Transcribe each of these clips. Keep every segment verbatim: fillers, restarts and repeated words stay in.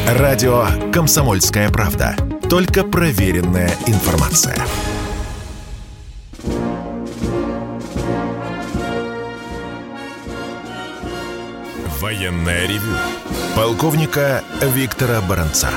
Радио «Комсомольская правда». Только проверенная информация. Военное ревю полковника Виктора Баранца.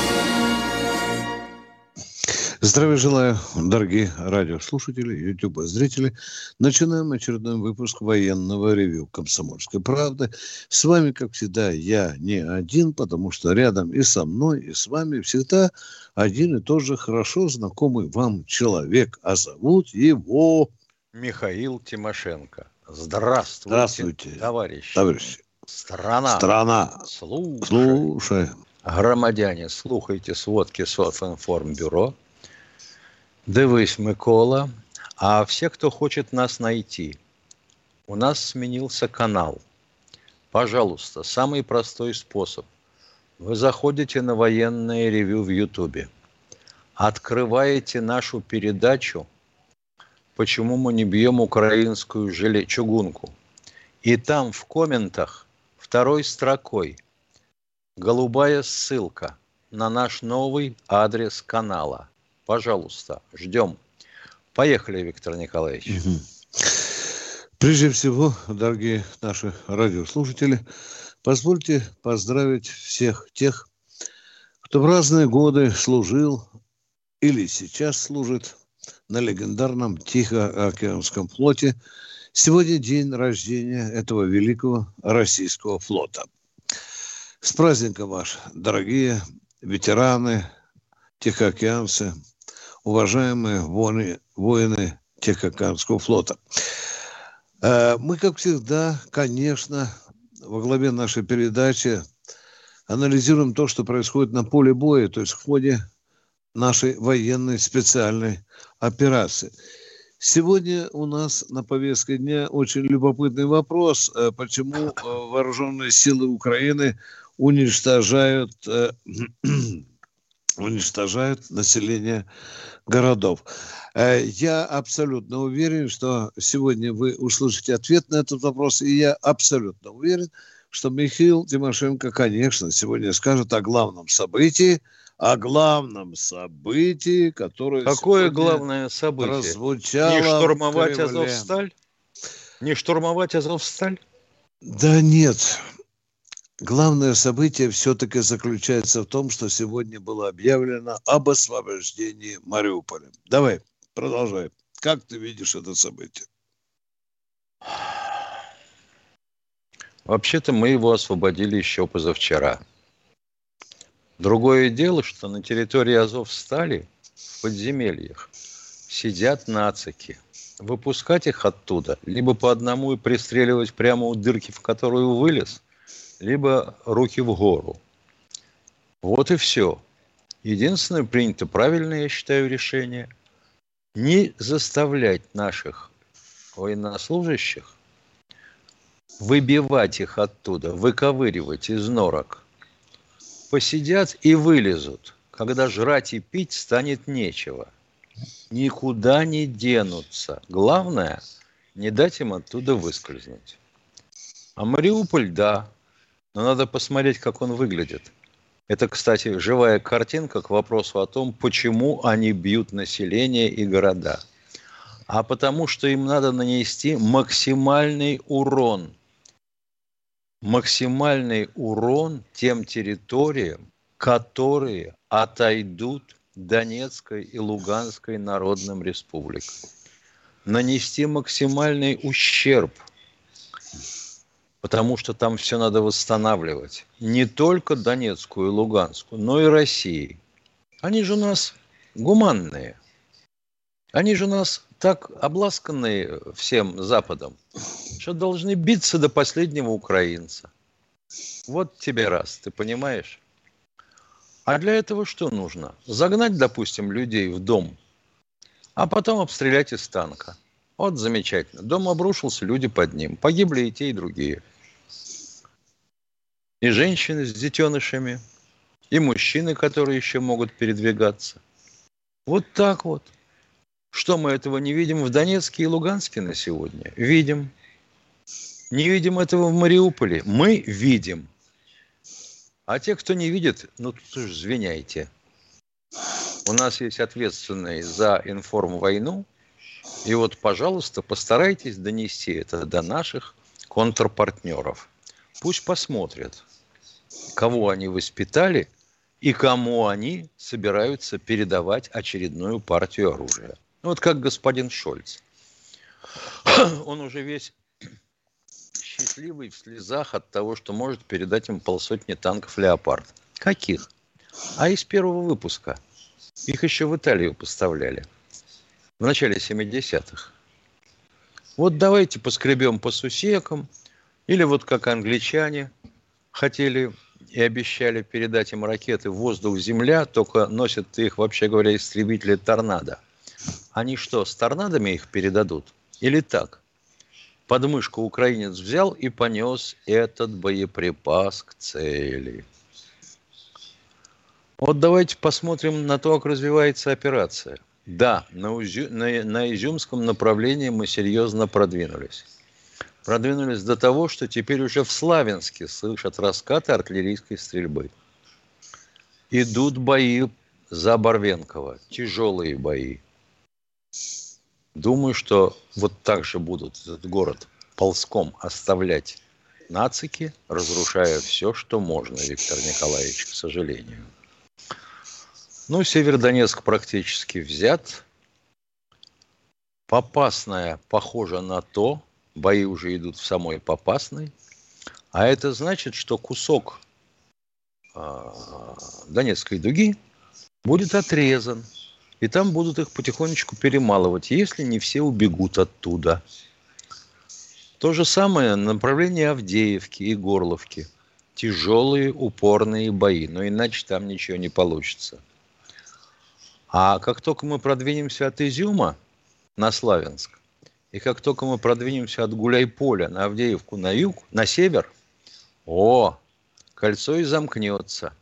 Здравия желаю, дорогие радиослушатели, ютуб-зрители. Начинаем очередной выпуск военного ревью «Комсомольской правды». С вами, как всегда, я не один, потому что рядом и со мной, и с вами всегда один и тот же хорошо знакомый вам человек. А зовут его... Михаил Тимошенко. Здравствуйте, Здравствуйте, товарищи. товарищи. Страна. Страна. Слушай. Слушай. Громадяне, слухайте сводки Социнформбюро. Дивись, Микола. А все, кто хочет нас найти, у нас сменился канал. Пожалуйста, самый простой способ. Вы заходите на военное ревью в Ютубе, открываете нашу передачу «Почему мы не бьем украинскую желе... чугунку?» и там в комментах второй строкой голубая ссылка на наш новый адрес канала. Пожалуйста, ждем. Поехали, Виктор Николаевич. Угу. Прежде всего, дорогие наши радиослушатели, позвольте поздравить всех тех, кто в разные годы служил или сейчас служит на легендарном Тихоокеанском флоте. Сегодня день рождения этого великого российского флота. С праздником вас, дорогие ветераны, тихоокеанцы, уважаемые воины, воины Тихоокеанского флота. Мы, как всегда, конечно, во главе нашей передачи анализируем то, что происходит на поле боя, то есть в ходе нашей военной специальной операции. Сегодня у нас на повестке дня очень любопытный вопрос, почему вооруженные силы Украины уничтожают, э, уничтожают население городов. Э, я абсолютно уверен, что сегодня вы услышите ответ на этот вопрос, и я абсолютно уверен, что Михаил Тимошенко, конечно, сегодня скажет о главном событии, о главном событии, которое Какое главное событие? Прозвучало Не штурмовать Азовсталь? Не штурмовать Азовсталь? Да нет. Главное событие все-таки заключается в том, что сегодня было объявлено об освобождении Мариуполя. Давай, продолжай. Как ты видишь это событие? Вообще-то мы его освободили еще позавчера. Другое дело, что на территории Азовстали, в подземельях, сидят нацики. Выпускать их оттуда, либо по одному и пристреливать прямо у дырки, в которую вылез, либо руки в гору. Вот и все. Единственное, принято правильное, я считаю, решение – не заставлять наших военнослужащих выбивать их оттуда, выковыривать из норок. Посидят и вылезут, когда жрать и пить станет нечего. Никуда не денутся. Главное – не дать им оттуда выскользнуть. А Мариуполь – да. Но надо посмотреть, как он выглядит. Это, кстати, живая картинка к вопросу о том, почему они бьют население и города. А потому что им надо нанести максимальный урон. Максимальный урон тем территориям, которые отойдут Донецкой и Луганской народным республикам. Нанести максимальный ущерб. Потому что там все надо восстанавливать. Не только Донецкую и Луганскую, но и Россию. Они же у нас гуманные. Они же у нас так обласканные всем Западом, что должны биться до последнего украинца. Вот тебе раз, ты понимаешь? А для этого что нужно? Загнать, допустим, людей в дом, а потом обстрелять из танка. Вот замечательно. Дом обрушился, люди под ним. Погибли и те, и другие. И женщины с детенышами, и мужчины, которые еще могут передвигаться. Вот так вот. Что мы этого не видим в Донецке и Луганске на сегодня? Видим. Не видим этого в Мариуполе? Мы видим. А те, кто не видит, ну тут уж извиняйте. У нас есть ответственные за информвойну. И вот, пожалуйста, постарайтесь донести это до наших контрпартнеров. Пусть посмотрят, кого они воспитали и кому они собираются передавать очередную партию оружия. Ну, вот как господин Шольц. Он уже весь счастливый, в слезах от того, что может передать им полсотни танков «Леопард». Каких? А из первого выпуска. Их еще в Италию поставляли. В начале семидесятых. Вот давайте поскребем по сусекам. Или вот как англичане хотели и обещали передать им ракеты воздух-земля, только носят их, вообще говоря, истребители «Торнадо». Они что, с «Торнадами» их передадут? Или так? Подмышку украинец взял и понес этот боеприпас к цели. Вот давайте посмотрим на то, как развивается операция. Да, на, Узю, на, на Изюмском направлении мы серьезно продвинулись. Продвинулись до того, что теперь уже в Славянске слышат раскаты артиллерийской стрельбы. Идут бои за Барвенково, тяжелые бои. Думаю, что вот так же будут этот город ползком оставлять нацики, разрушая все, что можно, Виктор Николаевич, к сожалению. Ну, Северодонецк практически взят. Попасная похожа на то, бои уже идут в самой Попасной. А это значит, что кусок э, Донецкой дуги будет отрезан. И там будут их потихонечку перемалывать, если не все убегут оттуда. То же самое направление Авдеевки и Горловки. Тяжелые, упорные бои, но иначе там ничего не получится. А как только мы продвинемся от Изюма на Славянск, и как только мы продвинемся от Гуляйполя на Авдеевку на юг, на север, о, кольцо и замкнется.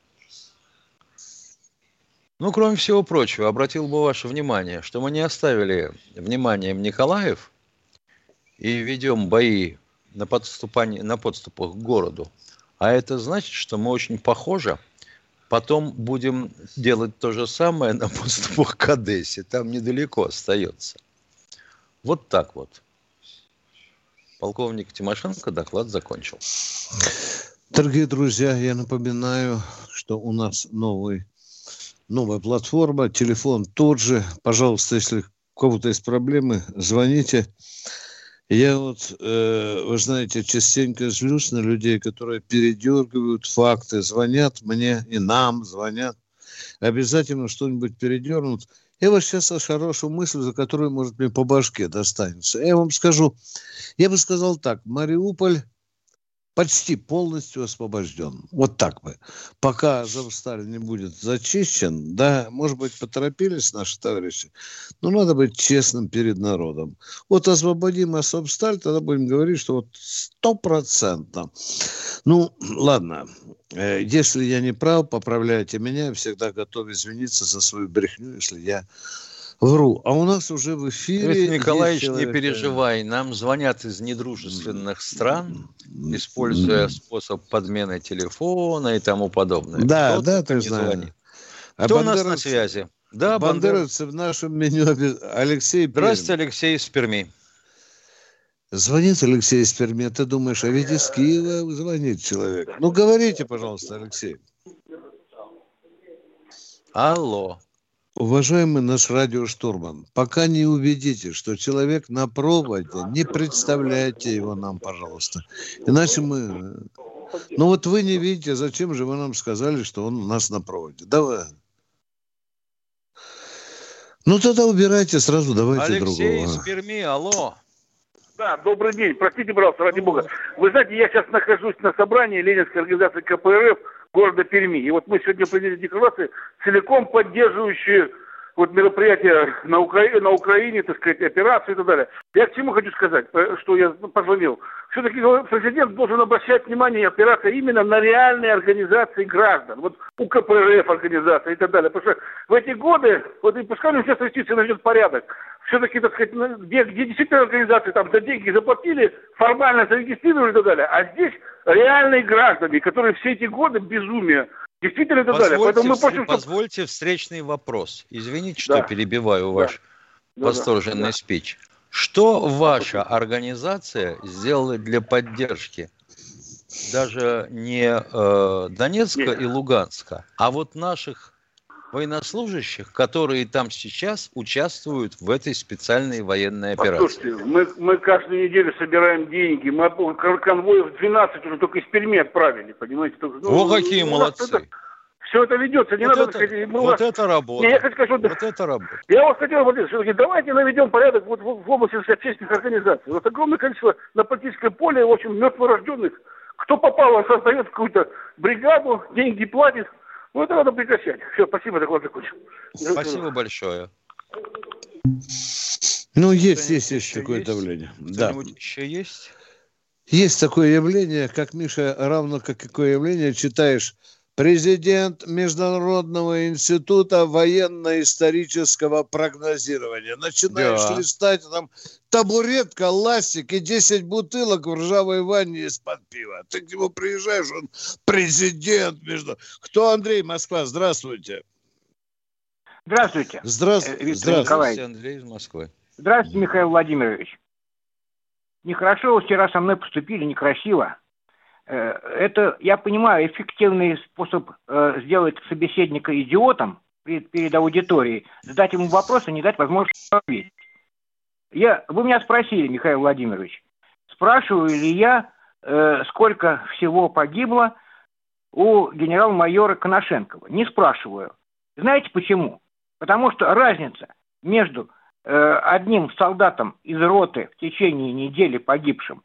Ну, кроме всего прочего, обратил бы ваше внимание, что мы не оставили вниманием Николаев и ведем бои на, подступании, на подступах к городу. А это значит, что мы очень похожи. Потом будем делать то же самое на подступах к Одессе. Там недалеко остается. Вот так вот. Полковник Тимошенко доклад закончил. Дорогие друзья, я напоминаю, что у нас новый Новая платформа, телефон тот же. Пожалуйста, если у кого-то есть проблемы, звоните. Я вот, э, вы знаете, частенько злюсь на людей, которые передергивают факты, звонят мне и нам звонят. Обязательно что-нибудь передернут. Я вот сейчас ошарошу мысль, за которую, может, мне по башке достанется. Я вам скажу, я бы сказал так, Мариуполь почти полностью освобожден. Вот так бы. Пока Азовсталь не будет зачищен, да, может быть, поторопились наши товарищи, но надо быть честным перед народом. Вот освободим Азовсталь, тогда будем говорить, что вот стопроцентно. Ну, ладно. Если я не прав, поправляйте меня. Я всегда готов извиниться за свою брехню, если я вру. А у нас уже в эфире... Виктор Николаевич, не переживай. Нам звонят из недружественных стран, используя способ подмены телефона и тому подобное. Да, Кто да, ты знаешь. А Кто у нас на связи? Да, бандеровцы в нашем меню. Алексей Пермь. Здравствуйте, Алексей из Перми. Звонит Алексей из Перми. Ты думаешь, а ведь из Киева звонит человек. Ну, говорите, пожалуйста, Алексей. Алло. Уважаемый наш радиоштурман, пока не убедите, что человек на проводе, не представляйте его нам, пожалуйста. Иначе мы... Ну вот вы не видите, зачем же вы нам сказали, что он у нас на проводе? Давай. Ну тогда убирайте сразу, давайте Алексей другого. Алексей из Перми, алло. Да, добрый день. Простите, пожалуйста, ради бога. Вы знаете, я сейчас нахожусь на собрании Ленинской организации ка пэ эр эф города Перми. И вот мы сегодня приняли декларацию, целиком поддерживающую вот мероприятия на Украине, на Украине, так сказать, операции и так далее. Я к чему хочу сказать, что я позвонил. Все-таки президент должен обращать внимание операции именно на реальные организации граждан. Вот у ка пэ эр эф организации и так далее. Потому что в эти годы, вот и пускай Министерство юстиции наведет порядок, все-таки, так сказать, где, где действительно организации там за деньги заплатили, формально зарегистрировали и так далее. А здесь реальные граждане, которые все эти годы безумия, действительно и так позвольте, далее. Поэтому мы просим, позвольте чтобы... встречный вопрос. Извините, что да. перебиваю ваш да. восторженный да. спич. Что ваша организация сделала для поддержки даже не э, Донецка Нет. и Луганска, а вот наших военнослужащих, которые там сейчас участвуют в этой специальной военной операции? Послушайте, мы, мы каждую неделю собираем деньги. Мы конвоев двенадцать уже только из Перми отправили, понимаете? Только, ну, О, какие ну, молодцы! Это, все это ведется. Не вот надо это, сказать, мы вот вас... это работа. Не, я хочу сказать, вот это работа. Я вас хотел бы все-таки давайте наведем порядок вот в, в области общественных организаций. Вот огромное количество на политическое поле, в общем, мертворожденных. Кто попал, он создает какую-то бригаду, деньги платит. Ну, это надо прекращать. Все, спасибо, доклад закончил. Спасибо большое. Ну, есть, есть, есть такое есть? давление. Да. Еще есть? Есть такое явление, как, Миша, равно как какое явление читаешь. Президент Международного института военно-исторического прогнозирования. Начинаешь да. листать, там табуретка, ластик и десять бутылок в ржавой ванне из-под пива. Ты к нему приезжаешь, он президент между... Кто Андрей, Москва? Здравствуйте. Здравствуйте. Здравствуйте. Здравствуйте, Андрей из Москвы. Здравствуйте, Михаил Владимирович. Нехорошо вы вчера со мной поступили, некрасиво. Это, я понимаю, эффективный способ э, сделать собеседника идиотом перед, перед аудиторией, задать ему вопросы, не дать возможности ответить. Я, вы меня спросили, Михаил Владимирович, спрашиваю ли я, э, сколько всего погибло у генерал-майора Коношенкова? Не спрашиваю. Знаете почему? Потому что разница между э, одним солдатом из роты в течение недели погибшим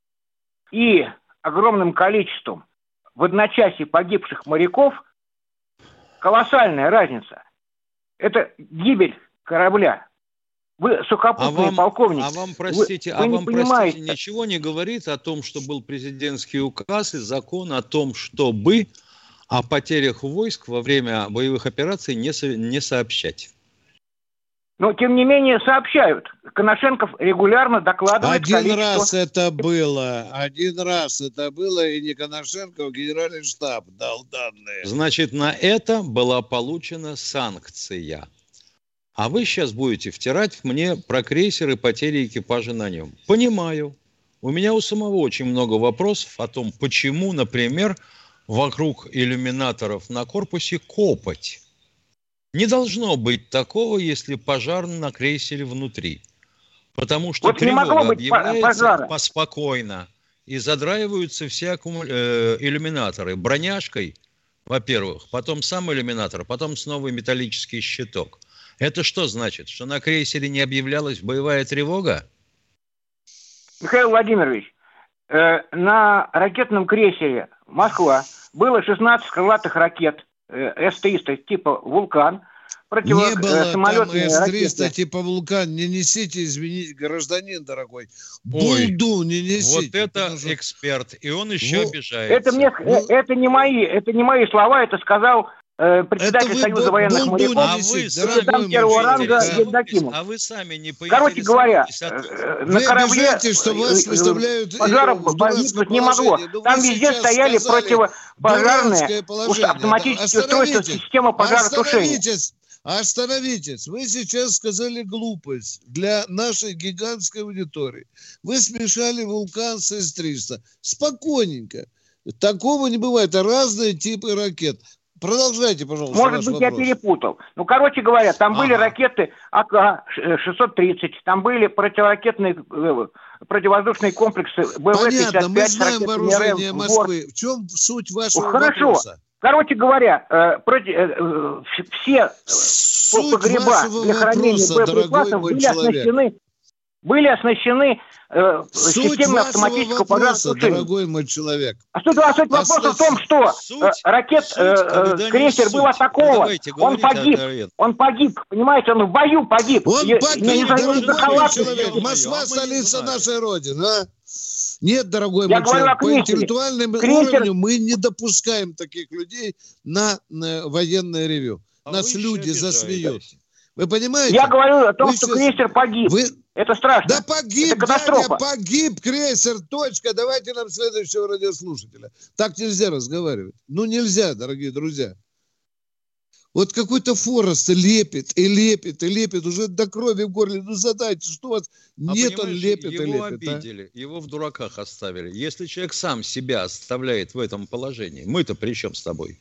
и огромным количеством в одночасье погибших моряков, колоссальная разница. Это гибель корабля. Вы сухопутные а вам, полковники. А вам, простите, вы, вы а вам, понимаете. простите, ничего не говорит о том, что был президентский указ и закон о том, чтобы о потерях войск во время боевых операций не, со, не сообщать? Но, тем не менее, сообщают. Коношенков регулярно докладывает Один количество... раз это было. Один раз это было, и не Коношенков, генеральный штаб дал данные. Значит, на это была получена санкция. А вы сейчас будете втирать мне про крейсер и потери экипажа на нем. Понимаю. У меня у самого очень много вопросов о том, почему, например, вокруг иллюминаторов на корпусе копоть. Не должно быть такого, если пожар на крейсере внутри. Потому что вот тревога объявляется поспокойно. И задраиваются все аккуму... э, иллюминаторы броняшкой, во-первых, потом сам иллюминатор, потом снова металлический щиток. Это что значит? Что на крейсере не объявлялась боевая тревога? Михаил Владимирович, э, на ракетном крейсере «Москва» было шестнадцать крылатых ракет эс триста типа «Вулкан». Против... Не было там эс триста ракеты. типа «Вулкан». Не несите, извините, гражданин дорогой. Булду не несите. Вот это что... эксперт, и он еще вот. обижается. Это, мне, ну... это, не мои, это не мои слова, это сказал э, председатель Союза военных моряков. А вы, сами первого ранга а вы сами не Короче говоря, э, на корабле обижаете, что вас выставляют пожаров возникнуть не могло. Там везде стояли противопожарные автоматические устройства системы пожаротушения. Остановитесь. Вы сейчас сказали глупость для нашей гигантской аудитории. Вы смешали «Вулкан» с эс триста. Спокойненько. Такого не бывает. Это разные типы ракет. Продолжайте, пожалуйста. Может быть, вопрос. Я перепутал. Ну, короче говоря, там ага. были ракеты А К шестьсот тридцать, там были противоракетные, противовоздушные комплексы Б В пятьдесят пять. Понятно, мы знаем вооружение Москвы. В чем суть вашего Хорошо. вопроса? Короче говоря, э, против, э, все Суть погреба для хранения боеприпасов были оснащены, были оснащены э, системой автоматического вопроса, пожаротушения. дорогой мой человек. А суть, а суть вопроса в том, что суть, э, ракет, суть, э, крейсер был атакован, ну, он погиб, это, он погиб, понимаете, он в бою погиб. Он Я, погиб, не, не, дорогой не человек, Москва столица нашей Родины, а? Нет, дорогой Я мой человек, по крейсере. интеллектуальному Крейсер... уровню мы не допускаем таких людей на, на военное ревью. А Нас люди засмеют. Вы понимаете? Я говорю о том, вы что сейчас... крейсер погиб. Вы... Это страшно. Да погиб, это катастрофа. дядя, погиб крейсер, точка. Давайте нам следующего радиослушателя. Так нельзя разговаривать. Ну нельзя, дорогие друзья. Вот какой-то Форест лепит и лепит и лепит уже до крови в горле. Ну задайте, что у вас а нет, он лепит его и лепит. Обидели, а? Его в дураках оставили. Если человек сам себя оставляет в этом положении, мы-то при чем с тобой?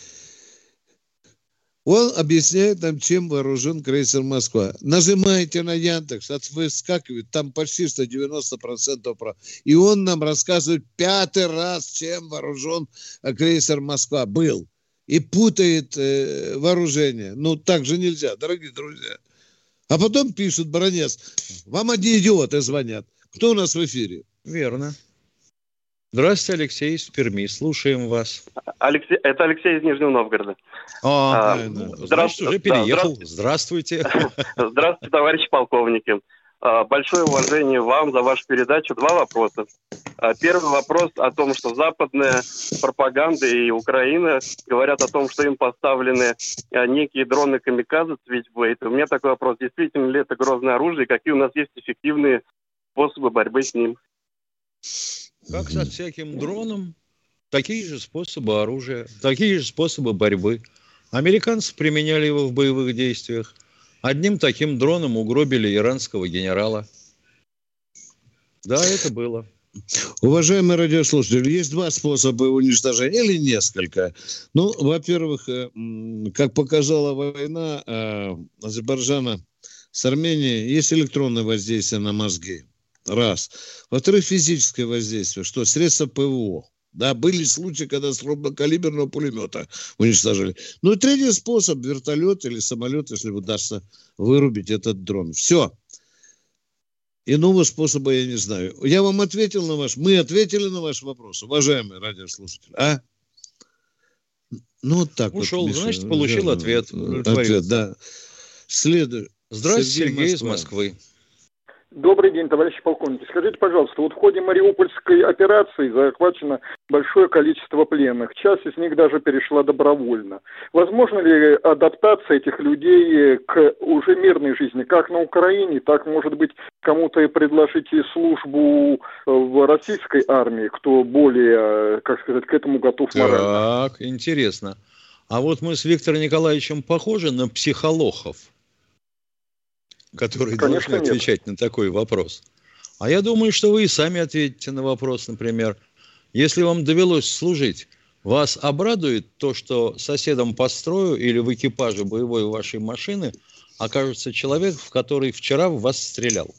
Он объясняет нам, чем вооружен крейсер «Москва». Нажимаете на Яндекс, выскакивает, там почти что девяносто процентов прав. И он нам рассказывает пятый раз, чем вооружен крейсер «Москва» был. И путает э, вооружение. Ну, так же нельзя, дорогие друзья. А потом пишут, баронец, вам одни идиоты звонят. Кто у нас в эфире? Верно. Здравствуйте, Алексей из Перми. Слушаем вас. Алексей, это Алексей из Нижнего Новгорода. А, а ну, значит, уже переехал. Да, здравствуйте. Здравствуйте, товарищи полковники. Большое уважение вам за вашу передачу. Два вопроса. Первый вопрос о том, что западная пропаганда и Украина говорят о том, что им поставлены некие дроны камикадзе Switchblade. У меня такой вопрос. Действительно ли это грозное оружие? Какие у нас есть эффективные способы борьбы с ним? Как со всяким дроном, такие же способы оружия, такие же способы борьбы. Американцы применяли его в боевых действиях. Одним таким дроном угробили иранского генерала. Да, это было. Уважаемые радиослушатели, есть два способа уничтожения, или несколько. Ну, во-первых, как показала война Азербайджана с Арменией, есть электронное воздействие на мозги. Раз. Во-вторых, физическое воздействие. Что? Средства ПВО. Да, были случаи, когда с крупнокалиберного пулемета уничтожили. Ну и третий способ, вертолет или самолет, если удастся вырубить этот дрон. Все. Иного способа я не знаю. Я вам ответил на ваш, мы ответили на ваш вопрос, уважаемые радиослушатели. А? Ну вот так Ушел, вот. Ушел, значит, получил верно, ответ. Ответ, да. Следует. Здравствуйте, Сергей, Сергей из Москвы. Добрый день, товарищи полковники. Скажите, пожалуйста, вот в ходе Мариупольской операции захвачено большое количество пленных. Часть из них даже перешла добровольно. Возможно ли адаптация этих людей к уже мирной жизни, как на Украине, так, может быть, кому-то и предложить службу в российской армии, кто более, как сказать, к этому готов морально? Так, интересно. А вот мы с Виктором Николаевичем похожи на психологов, которые Конечно, должны отвечать нет. на такой вопрос. А я думаю, что вы и сами ответите на вопрос, например. Если вам довелось служить, вас обрадует то, что соседом по строю или в экипаже боевой вашей машины окажется человек, в который вчера в вас стрелял?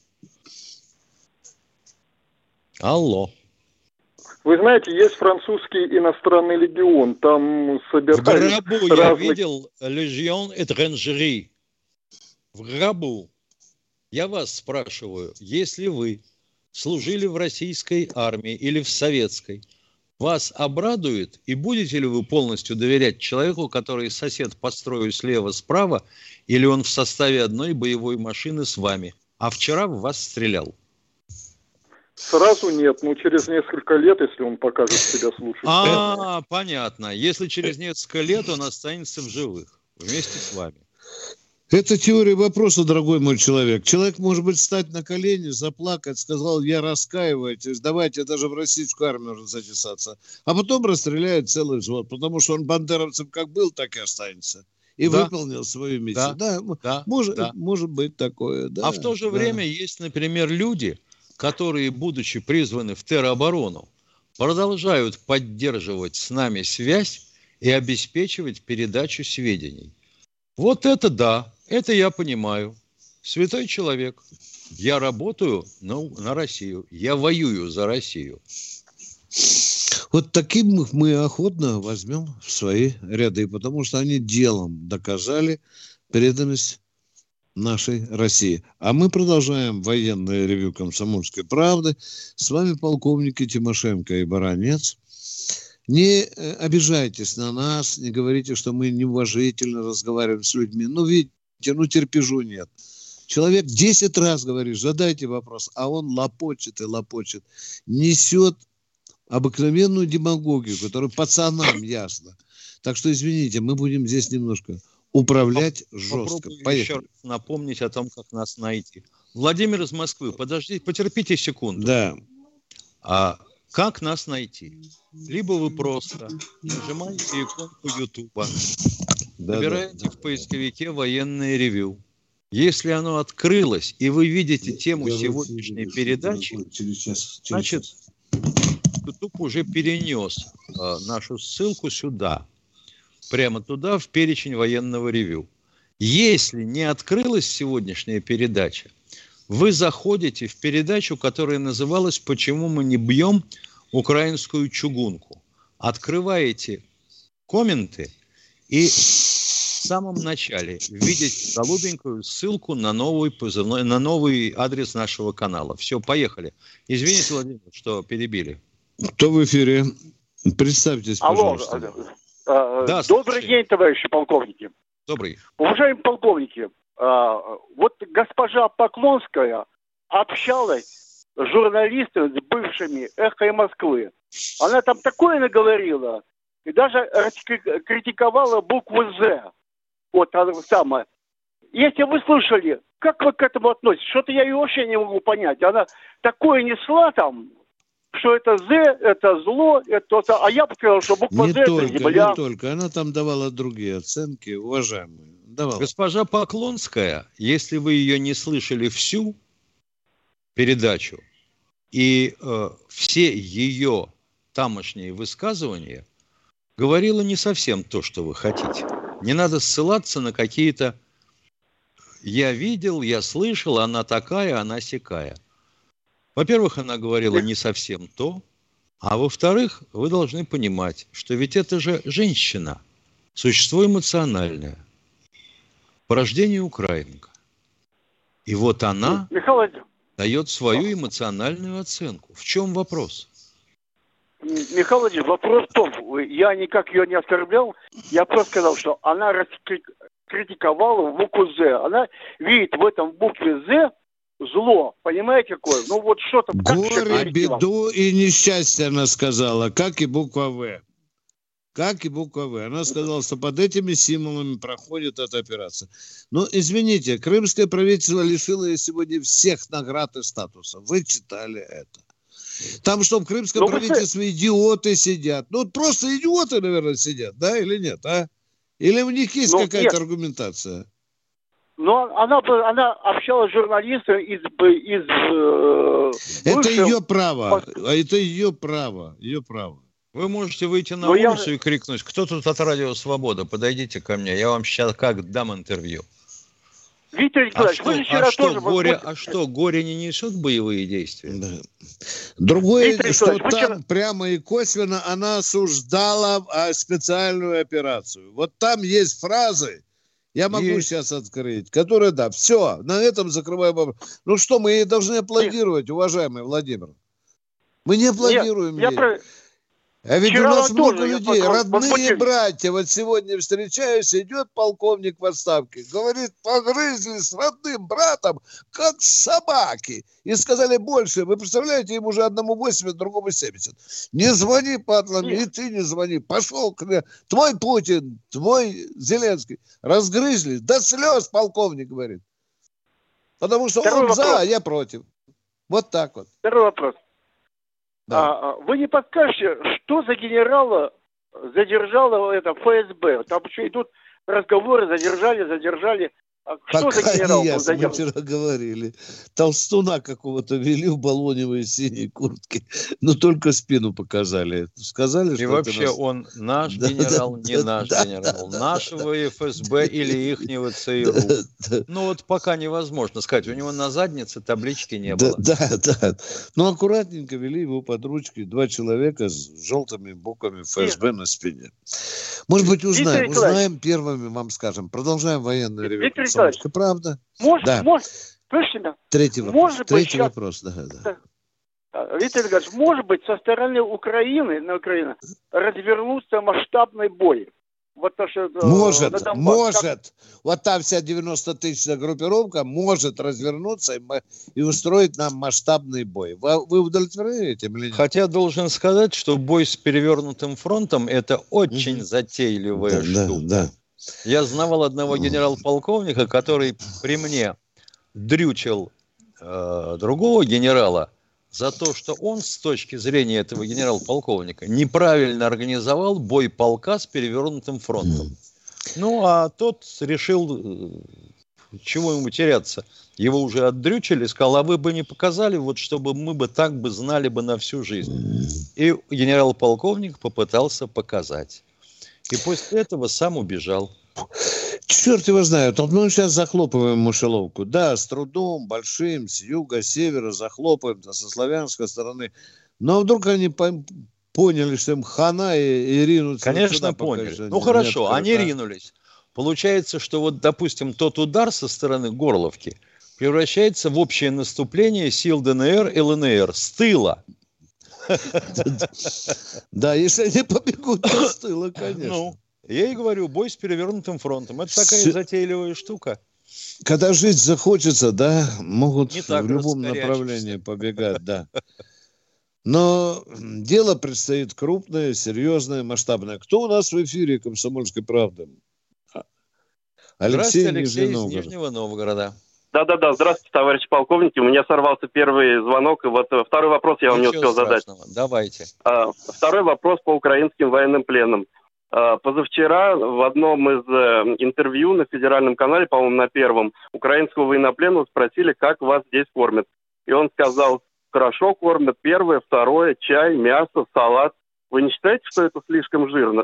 Алло. Вы знаете, есть французский иностранный легион, там собирают... В гробу разных... я видел легион étrangerie. В гробу. Я вас спрашиваю, если вы служили в российской армии или в советской, вас обрадует и будете ли вы полностью доверять человеку, который сосед по строю слева-справа, или он в составе одной боевой машины с вами, а вчера в вас стрелял? Сразу нет, но через несколько лет, если он покажет себя слушать. А, понятно. Если через несколько лет он останется в живых вместе с вами. Это теория вопроса, дорогой мой человек. Человек может быть встать на колени, заплакать, сказал, я раскаиваюсь, давайте даже в российскую армию записаться. А потом расстреляют целый взвод, потому что он бандеровцем как был, так и останется. И да. выполнил свою миссию. Да, да, да, может, да. может быть такое. Да, а в то же да. время есть, например, люди, которые, будучи призваны в тероборону, продолжают поддерживать с нами связь и обеспечивать передачу сведений. Вот это да, это я понимаю. Святой человек. Я работаю ну, на Россию. Я воюю за Россию. Вот таким мы охотно возьмем в свои ряды, потому что они делом доказали преданность нашей России. А мы продолжаем военное ревью «Комсомольской правды». С вами полковники Тимошенко и Баранец. Не обижайтесь на нас, не говорите, что мы неуважительно разговариваем с людьми. Ну, видите, ну терпежу нет. Человек десять раз говорит, задайте вопрос, а он лопочет и лопочет. Несет обыкновенную демагогию, которая пацанам ясно. Так что, извините, мы будем здесь немножко управлять жестко. Попробую Поехали. еще раз напомнить о том, как нас найти. Владимир из Москвы, подождите, потерпите секунду. Да. А как нас найти? Либо вы просто нажимаете иконку Ютуба, Да, набираете да. в поисковике «Военное ревью». Если оно открылось, и вы видите тему Я сегодняшней вот передачи, через час, через значит, час. YouTube уже перенес э, нашу ссылку сюда, прямо туда, в перечень военного ревью. Если не открылась сегодняшняя передача, вы заходите в передачу, которая называлась «Почему мы не бьем украинскую чугунку». Открываете комменты и в самом начале видите голубенькую ссылку на новый позывной, на новый адрес нашего канала. Все, поехали. Извините, Владимир, что перебили. Кто в эфире? Представьтесь, пожалуйста. Алло. Да, Добрый слушай. день, товарищи полковники. Добрый. Уважаемые полковники, вот госпожа Поклонская общалась с журналистами, с бывшими «Эхо Москвы». Она там такое наговорила, и даже критиковала букву «З». Вот она самая. Если вы слышали, как вы к этому относитесь? Что-то я ее вообще не могу понять. Она такое несла там, что это «З», это зло, это... А я бы сказал, что буква Не «З» это только, земля. не только. Она там давала другие оценки, уважаемые. Давала. Госпожа Поклонская, если вы ее не слышали всю передачу, и э, все ее тамошние высказывания, говорила не совсем то, что вы хотите. Не надо ссылаться на какие-то «я видел, я слышал, она такая, она сякая». Во-первых, она говорила не совсем то, а во-вторых, вы должны понимать, что ведь это же женщина, существо эмоциональное, по рождению украинка. И вот она Михаил, дает свою эмоциональную оценку. В чем вопрос? Михаил Владимирович, вопрос в том, я никак ее не оскорблял, я просто сказал, что она раскритиковала букву «З». Она видит в этом букве «З» зло, понимаете какое? Ну вот что-то... Горе, беду и несчастье, она сказала, как и буква «В». Как и буква «В». Она сказала, что под этими символами проходит эта операция. Но, извините, крымское правительство лишило ее сегодня всех наград и статусов. Вы читали это. Там что, в крымском ну, правительстве вы... идиоты сидят. Ну, просто идиоты, наверное, сидят, да, или нет, а? Или у них есть ну, какая-то нет. аргументация? Но она, она общалась с журналистами из... из э, это ее право. Это ее право. Ее право. Вы можете выйти на Но улицу я... и крикнуть: кто тут от Радио Свобода? Подойдите ко мне, я вам сейчас как дам интервью. Виктор Николаевич, а вы что, вчера а тоже... Что, горе, а что, горе не несет боевые действия? Да. Другое, Виктор что там вчера... прямо и косвенно она осуждала специальную операцию. Вот там есть фразы, я могу есть. сейчас открыть, которые, да, все, на этом закрываем вопрос. Ну что, мы ей должны аплодировать, Нет. уважаемый Владимир? Мы не аплодируем Нет, ей. Я про... А ведь Вчера у нас много тоже, людей, пока... родные братья. Вот сегодня встречаюсь, идет полковник в отставке, говорит, погрызли с родным братом, как собаки. И сказали больше. Вы представляете, им уже одному восемьдесят, другому семьдесят. Не звони, падла, и ты не звони. Пошел к мне. Твой Путин, твой Зеленский. Разгрызли. До слез, полковник говорит. Потому что Второй он вопрос. за, а я против. Вот так вот. Второй вопрос. Да. А, вы не подскажете, что за генерала задержало это эф эс бэ? Там еще идут разговоры, задержали, задержали. А что Пока за генерал не был задержан? Мы вчера говорили. Толстуна какого-то вели в баллоневой синей куртке, но только спину показали. Сказали, И что вообще нас... он наш да, генерал, да, не да, наш да, генерал, да, нашего да, эф эс бэ или ихнего цэ эр у. Да, да. Ну вот пока невозможно сказать. У него на заднице таблички не было. Да, да, да. Ну аккуратненько вели его под ручки два человека с желтыми буквами эф эс бэ Нет. на спине. Может быть, узнаем. Виктор Узнаем, первыми вам скажем. Продолжаем военное ревю. Виктор «Комсомольская правда». Может, Да. может, слышите меня? Третий вопрос. Может быть, Третий сейчас- вопрос. Да, да. Виктор Николаевич, может быть, со стороны Украины, на Украине, развернутся масштабный бой. Вот то, что, э, Может, на Донбасс. может. Вот там вся девяностотысячная группировка может развернуться и, ма- и устроить нам масштабный бой. Вы, вы удовлетворены этим или нет? Хотя должен сказать, что бой с перевернутым фронтом – это очень Мгм. затейливая Да, штука. да, да. Я знавал одного генерал-полковника, который при мне дрючил э, другого генерала за то, что он с точки зрения этого генерал-полковника неправильно организовал бой полка с перевернутым фронтом. Ну, а тот решил, э, чего ему теряться. Его уже отдрючили, сказал, а вы бы не показали, вот чтобы мы бы так бы знали бы на всю жизнь. И генерал-полковник попытался показать. И после этого сам убежал. Черт его знает. Вот мы сейчас захлопываем мышеловку. Да, с трудом, большим, с юга, с севера захлопываем, со славянской стороны. Но вдруг они по- поняли, что им хана и, и ринутся. Конечно, сюда, пока поняли. еще Ну, нет хорошо, карта. они ринулись. Получается, что вот, допустим, тот удар со стороны Горловки превращается в общее наступление сил ДНР и ЛНР с тыла. Да, если они побегут, то с тыла, конечно. Ну, я и говорю, бой с перевернутым фронтом. Это такая С- затейливая штука. Когда жить захочется, да, могут Не так в любом раскорячишься. направлении побегать, да. Но дело предстоит крупное, серьезное, масштабное. Кто у нас в эфире «Комсомольской правды»? А- Алексей, Здравствуйте, Алексей Нижний из Новгород. Нижнего Новгорода. Да-да-да, здравствуйте, товарищ полковник. У меня сорвался первый звонок, и вот э, второй вопрос я вам не Ничего успел задать. страшного. Давайте. А, Второй вопрос по украинским военным пленным. А, Позавчера в одном из э, интервью на федеральном канале, по-моему, на первом, украинского военнопленного спросили, как вас здесь кормят. И он сказал, хорошо кормят, первое, второе, чай, мясо, салат. Вы не считаете, что это слишком жирно?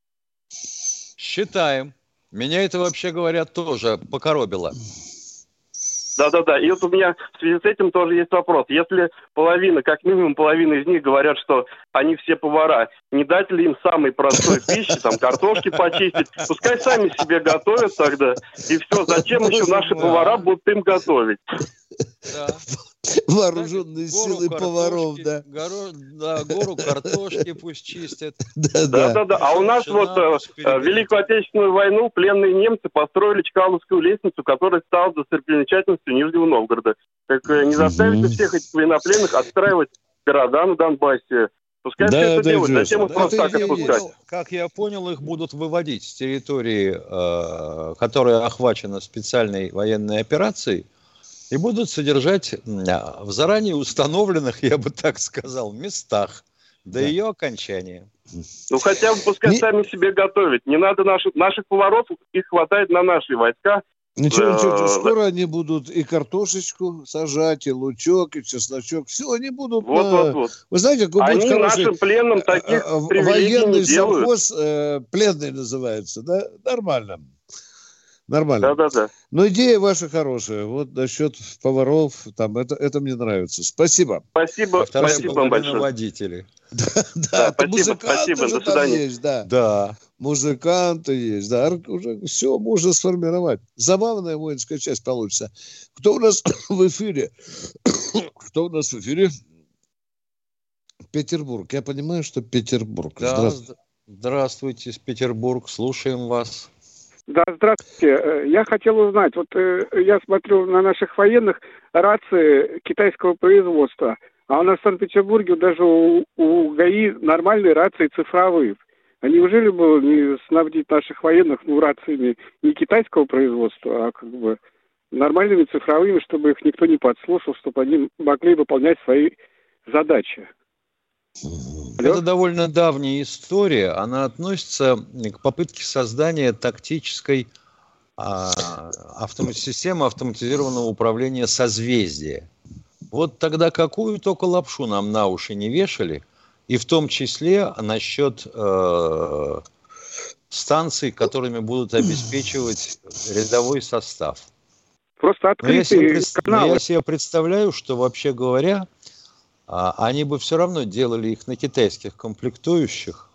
Считаем. Меня это, вообще говоря, тоже покоробило. Да-да-да. И вот у меня в связи с этим тоже есть вопрос. Если половина, как минимум половина из них говорят, что они все повара, не дать ли им самой простой пищи, там, картошки почистить? Пускай сами себе готовят тогда, и все. Зачем еще наши повара будут им готовить? Да. Вооруженные Гору силы поваров, картошки, да. горо- да, гору картошки пусть чистят. Да, да. Да-да-да. А у нас Жена вот э, пусть переберет. э, Великую Отечественную войну пленные немцы построили Чкаловскую лестницу, которая стала достопримечательностью Нижнего Новгорода. Так э, не заставить ли Мгм. всех этих военнопленных отстраивать города на Донбассе? Пускай Да, все это да, делают. Джесси, Зачем их да, просто это так и есть. отпускать? Как я понял, их будут выводить с территории, э, которая охвачена специальной военной операцией, и будут содержать м, в заранее установленных, я бы так сказал, местах до Да. ее окончания. Ну хотя бы пускай Не- сами себе готовят. Не надо наших, наших поваров, их хватает на наши войска. Ничего, ничего, Э, скоро они будут и картошечку сажать, и лучок, и чесночок. Все, они будут... Вот, на- вот, вот. Вы знаете, какой будет Они хороший... нашим пленным таких э, э, привилегий военный не делают. совхоз, э, пленный называется, да? Нормально. Нормально. Да-да-да. Но идея ваша хорошая. Вот насчет поваров, там, это, это мне нравится. Спасибо. Спасибо, А вторая спасибо вам половина большое. водители. Да, Да, там спасибо, музыканты спасибо, же до там свидания. есть, да. Да. Музыканты есть, да. Ор- Уже все можно сформировать. Забавная воинская часть получится. Кто у нас в эфире? Кто у нас в эфире? Петербург. Я понимаю, что Петербург. Да, Здравствуйте. зд- здравствуйте, из Петербург, слушаем вас. Да, здравствуйте. Э, Я хотел узнать, вот э, я смотрю на наших военных рации китайского производства, а у нас в Санкт-Петербурге даже у, у ГАИ нормальные рации цифровые. А неужели бы не снабдить наших военных ну, рациями не китайского производства, а как бы нормальными цифровыми, чтобы их никто не подслушал, чтобы они могли выполнять свои задачи? Алло? Это довольно давняя история. Она относится к попытке создания тактической а, автома- системы автоматизированного управления созвездия. Вот тогда какую только лапшу нам на уши не вешали, и в том числе насчет э, станций, которыми будут обеспечивать рядовой состав. Просто Но я, себе, открытые пред- но каналы. я себе представляю, что, вообще говоря, а, они бы все равно делали их на китайских комплектующих,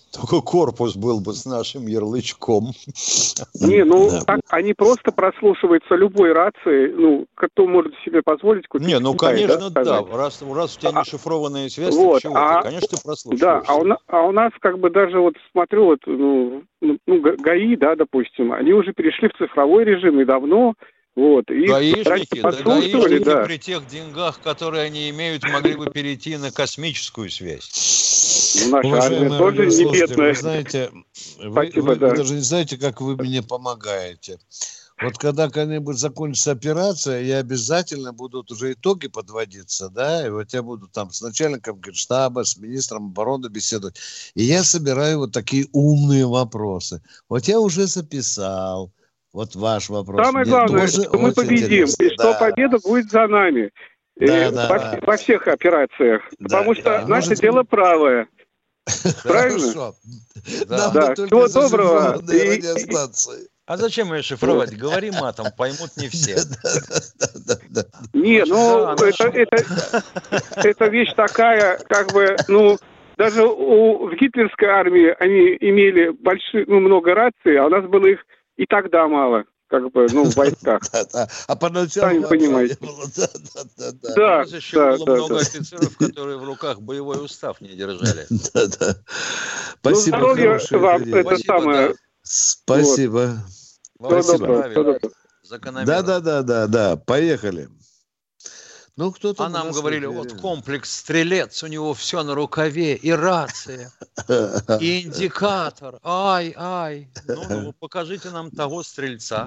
Только корпус был бы с нашим ярлычком. Не, ну, Да. так они просто прослушиваются любой рации, ну, кто может себе позволить купить. Не, ну, в Китае, конечно, да. сказать. Раз, раз у тебя не шифрованная связь, Вот, так чего а- ты? Конечно, ты прослушиваешь. Да, а у, на- а у нас как бы даже вот смотрю, вот, ну, ну, ну, Га- ГАИ, да, допустим, они уже перешли в цифровой режим и давно, вот, и Гаишники, раньше да, подслушивали, гаишники да. при тех деньгах, которые они имеют, могли бы перейти на космическую связь. Ну, наша армия Уважаемые тоже не радиослушатели, бедная. вы знаете, вы, Спасибо, вы- да. вы даже не знаете, как вы мне помогаете. Вот когда когда-нибудь закончится операция, я обязательно будут уже итоги подводиться, да, и вот я буду там с начальником Генштаба, с министром обороны беседовать. И я собираю вот такие умные вопросы. Вот я уже записал. Вот ваш вопрос. Самое Мне главное, тоже что мы очень победим, интересно. и что Да. победа будет за нами. Да, Э, да, во, да. во всех операциях. Да, Потому что да. наше Может, дело правое. Правильно? Хорошо. Да. Нам Да. бы только Всего доброго. зашифрованные И- радиостанции. А зачем ее шифровать? Говори матом, поймут не все. Да-да-да. Не, ну, Да, это, это, это вещь такая, как бы, ну, даже у, в гитлерской армии они имели большие, ну, много раций, а у нас было их и тогда мало, как бы, ну, в войсках. Да-да. А поначалу Сами вообще понимаете. не было. Да-да-да. У Да, нас еще да, было да, много да. офицеров, которые в руках боевой устав не держали. Да-да. Ну, Спасибо, здоровья хорошая вам, идея. это Спасибо, самое. да. Спасибо. Вам Всего всего доброго. правильно. Всего доброго. Закономерно. Да-да-да-да-да. Поехали. Ну, кто-то А у нам нас говорили, в эфире. вот комплекс стрелец, у него все на рукаве, и рация, и индикатор. Ай, ай. Ну, ну, покажите нам того стрельца.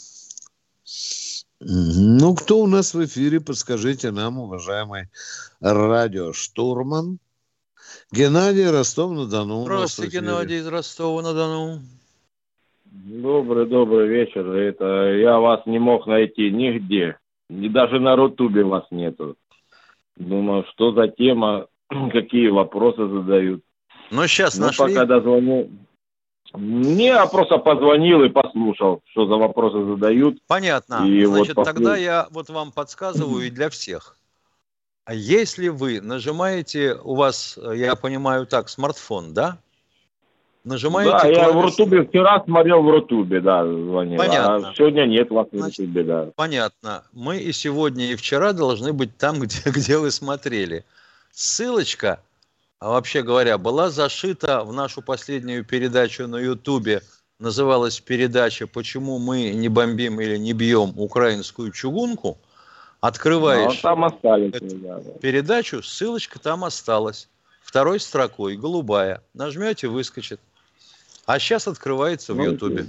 Мгм. Ну, кто у нас в эфире, подскажите нам, уважаемый радиоштурман. Геннадий, Ростов-на-Дону. у нас в Здравствуйте, эфире. Геннадий из Ростова-на-Дону. Добрый, добрый вечер. Это я вас не мог найти нигде. И даже на Рутубе вас нету. Думаю, что за тема, какие вопросы задают. Ну, сейчас Ну, нашли. пока дозвонил. Не, я просто позвонил и послушал, что за вопросы задают. Понятно. И вот Значит, после- тогда я вот вам подсказываю и для всех. А если вы нажимаете, у вас, я понимаю так, смартфон, да? Нажимаете Да, я в клавишу- Рутубе вчера смотрел в Рутубе, да, звонил. Понятно. А сегодня нет вас в Значит, Рутубе, да. Понятно. Мы и сегодня, и вчера должны быть там, где, где вы смотрели. Ссылочка, а вообще говоря, была зашита в нашу последнюю передачу на Ютубе. Называлась передача «Почему мы не бомбим или не бьем украинскую чугунку». Ну, Открываешь там остались. это- да, да. передачу, ссылочка там осталась. Второй строкой, голубая. Нажмете, выскочит. А сейчас открывается в Ну, Ютубе.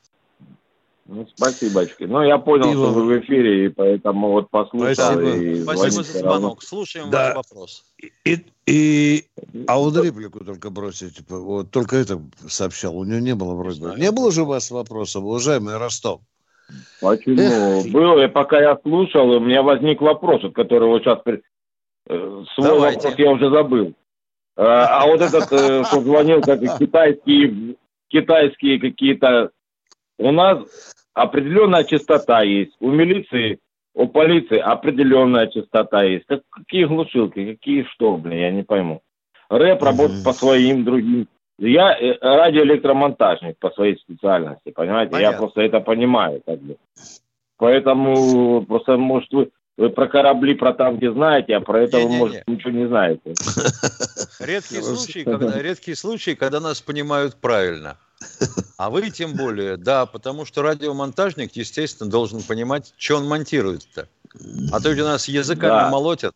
Ну, спасибочки. Ну, я понял, И что вам. вы в эфире, и поэтому вот послушал. Спасибо. И Спасибо звонить за всё равно. звонок. Слушаем Да. ваш вопрос. И, и- а он реплику только бросить. Типа, вот только это сообщал. У него не было вроде бы. знаю. Не было же у вас вопросов, уважаемый Ростов? Почему? Было, и пока я слушал, у меня возник вопрос, от которого сейчас... э, Свой Давайте. вопрос я уже забыл. А, а вот этот, э, что звонил, как и китайские, китайские какие-то... У нас определенная частота есть. У милиции, у полиции определенная частота есть. Как, какие глушилки, какие что, блин, я не пойму. Рэп работает по своим другим. Я э, радиоэлектромонтажник по своей специальности, понимаете? Я Понятно. просто это понимаю, как бы. Поэтому просто, может, вы, вы про корабли, про танки знаете, а про это вы, Не-не-не. может, ничего не знаете. Редкий случай, когда, редкий случай, когда нас понимают правильно. А вы тем более, да, потому что радиомонтажник, естественно, должен понимать, что он монтирует-то. А то ведь у нас языками Да. молотят.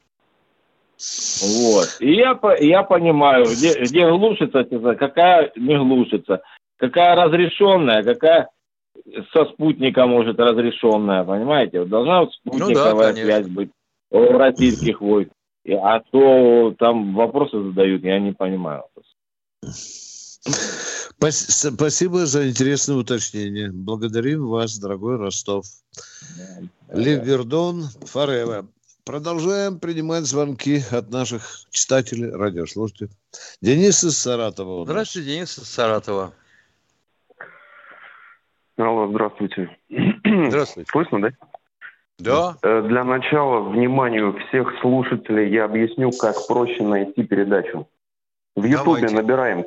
Вот. И я, по- я понимаю, где, где глушится, какая не глушится, какая разрешенная, какая со спутника может разрешенная, понимаете? Вот должна вот спутниковая конечно. связь быть у российских войск. И- А то там вопросы задают, я не понимаю. Пас- Спасибо за интересное уточнение. Благодарим вас, дорогой Ростов. Ливердон Форева. Продолжаем принимать звонки от наших читателей, радиослушателей. Денис из Саратова. у нас. Здравствуйте, Денис из Саратова. Алло, здравствуйте. Здравствуйте. Слышно, да? Да. Э, Для начала, вниманию всех слушателей, я объясню, как проще найти передачу. В Ютубе Давайте. набираем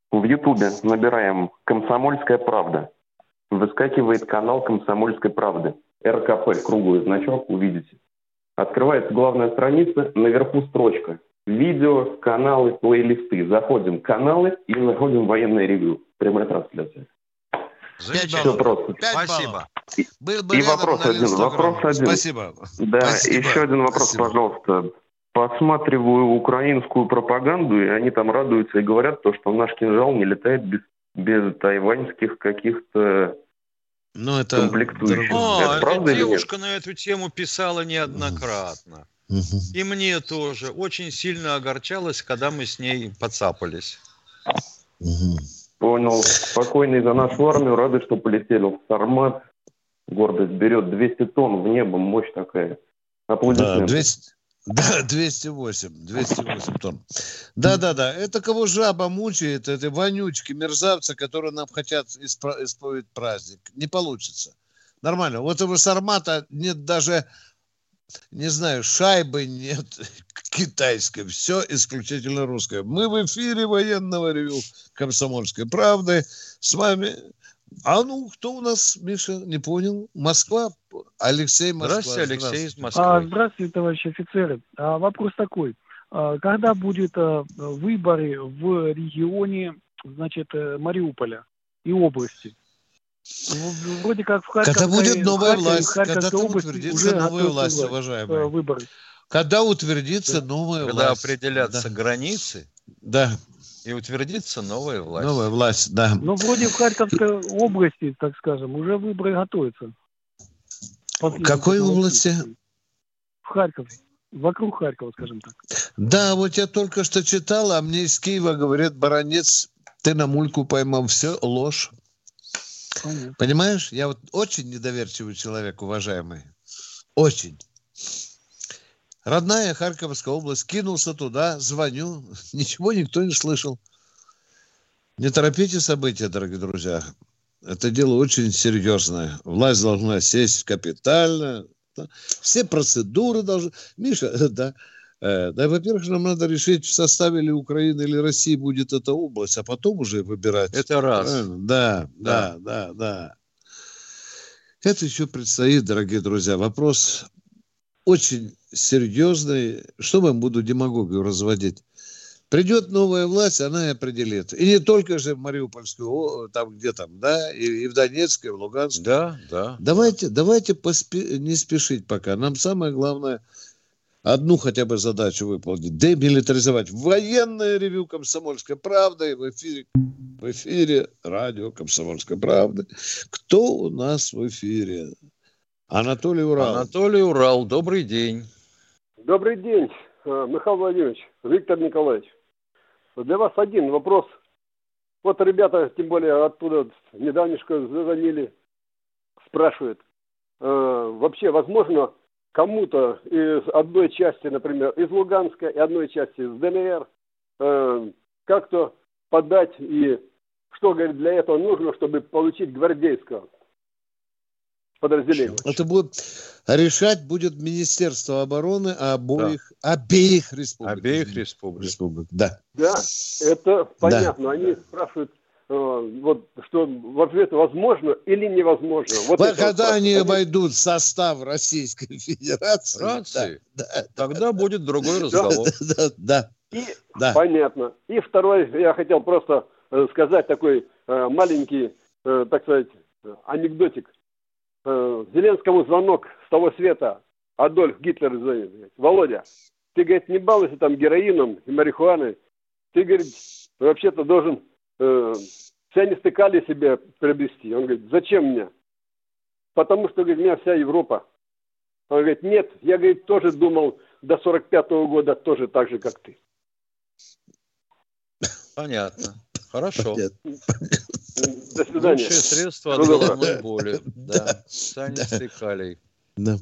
В Ютубе набираем «Комсомольская правда». Выскакивает канал «Комсомольской правды». эр ка пэ, круглый значок, увидите. Открывается главная страница, наверху строчка. Видео, каналы, плейлисты. Заходим в каналы и находим военное ревью. Прямая трансляция. Все просто. Спасибо. И, и вопрос один. Вопрос один. Спасибо. Да, Спасибо. еще один вопрос, Спасибо. пожалуйста. Посматриваю украинскую пропаганду, и они там радуются и говорят, то, что наш кинжал не летает без, без тайваньских каких-то Ну, это комплектующих. О, Это эта правда или нет? девушка на эту тему писала неоднократно. Мгм. И мне тоже. Очень сильно огорчалась, когда мы с ней подцапались. Мгм. Понял. Спокойный за нашу армию. Рады, что полетели в Сармат. Гордость берет двести тонн в небо. Мощь такая. Да, Аплодисменты. двести, да, двести восемь, двести восемь тонн. Да-да-да, это кого жаба мучает, это вонючки, мерзавцы, которые нам хотят испра- исправить праздник. Не получится. Нормально. Вот у Сармата нет даже, не знаю, шайбы нет китайской. Все исключительно русское. Мы в эфире военного ревю «Комсомольской правды». С вами... А ну, кто у нас, Миша, не понял? Москва? Алексей, Москва. Здравствуйте, Алексей из Москвы. А, здравствуйте, товарищи офицеры. А, вопрос такой. А, когда будут а, выборы в регионе, значит, э, Мариуполя и области? В- Вроде как в Харьковской, Когда будет новая в Харькове, власть, в Харьковской когда области утвердится уже новая готовятся власть, власть, уважаемые. э, выборы. Когда утвердится новая Когда власть. определятся Да. границы Да, и утвердится новая власть. новая власть, да. Но вроде в Харьковской области, так скажем, уже выборы готовятся. В какой области? В Харькове. Вокруг Харькова, скажем так. Да, вот я только что читал, а мне из Киева говорят: баронец, ты на мульку поймал, все ложь. Понятно. Понимаешь? Я вот очень недоверчивый человек, уважаемый. Очень. Родная Харьковская область, кинулся туда, звоню, ничего никто не слышал. Не торопите события, дорогие друзья. Это дело очень серьезное. Власть должна сесть капитально. Да. Все процедуры должны... Миша, да, э, да, во-первых, нам надо решить, в составе ли Украины или России будет эта область, а потом уже выбирать. Это раз. Правильно? Да, да, да, да. Это еще предстоит, дорогие друзья. Вопрос очень серьезный. Что вам буду демагогию разводить? Придет новая власть, она и определит. И не только же в Мариупольской, о, там где там, да, и, и в Донецкой, и в Луганской. Да, да. Давайте, давайте поспе- не спешить пока. Нам самое главное одну хотя бы задачу выполнить. Демилитаризовать. Военное ревю «Комсомольской правды» в эфире, в эфире радио «Комсомольской правды». Кто у нас в эфире? Анатолий Урал. Анатолий Урал, добрый день. Добрый день, Михаил Владимирович, Виктор Николаевич. Для вас один вопрос. Вот ребята, тем более оттуда недавнешко звонили, спрашивают, э, вообще возможно кому-то из одной части, например, из Луганска и одной части из дэ эн эр э, как-то подать и что, говорит, для этого нужно, чтобы получить гвардейского подразделения? Это будет решать будет Министерство обороны обоих, да. обеих республик. Обеих республик. республик. Да. Да, это понятно. Да. Они спрашивают, э, вот, что в ответ возможно или невозможно. Вот когда они войдут в состав Российской Федерации, Федерации да, да, тогда да, будет другой разговор. Да, да, да. И, да. Понятно. И второй, я хотел просто э, сказать такой э, маленький, э, так сказать, анекдотик. Э, Зеленскому звонок с того света. Адольф Гитлер звонит. Володя, ты, говорит, не балуйся там героином и марихуаной. Ты, говорит, вообще-то должен э, цианистыкали себе приобрести. Он говорит, зачем мне? Потому что, говорит, у меня вся Европа. Он говорит, нет, я, говорит, тоже думал до сорок пятого года тоже так же, как ты. Понятно. Хорошо. Понятно. До свидания. Лучшее средство от головной боли. Да. Цианистый калий. Да.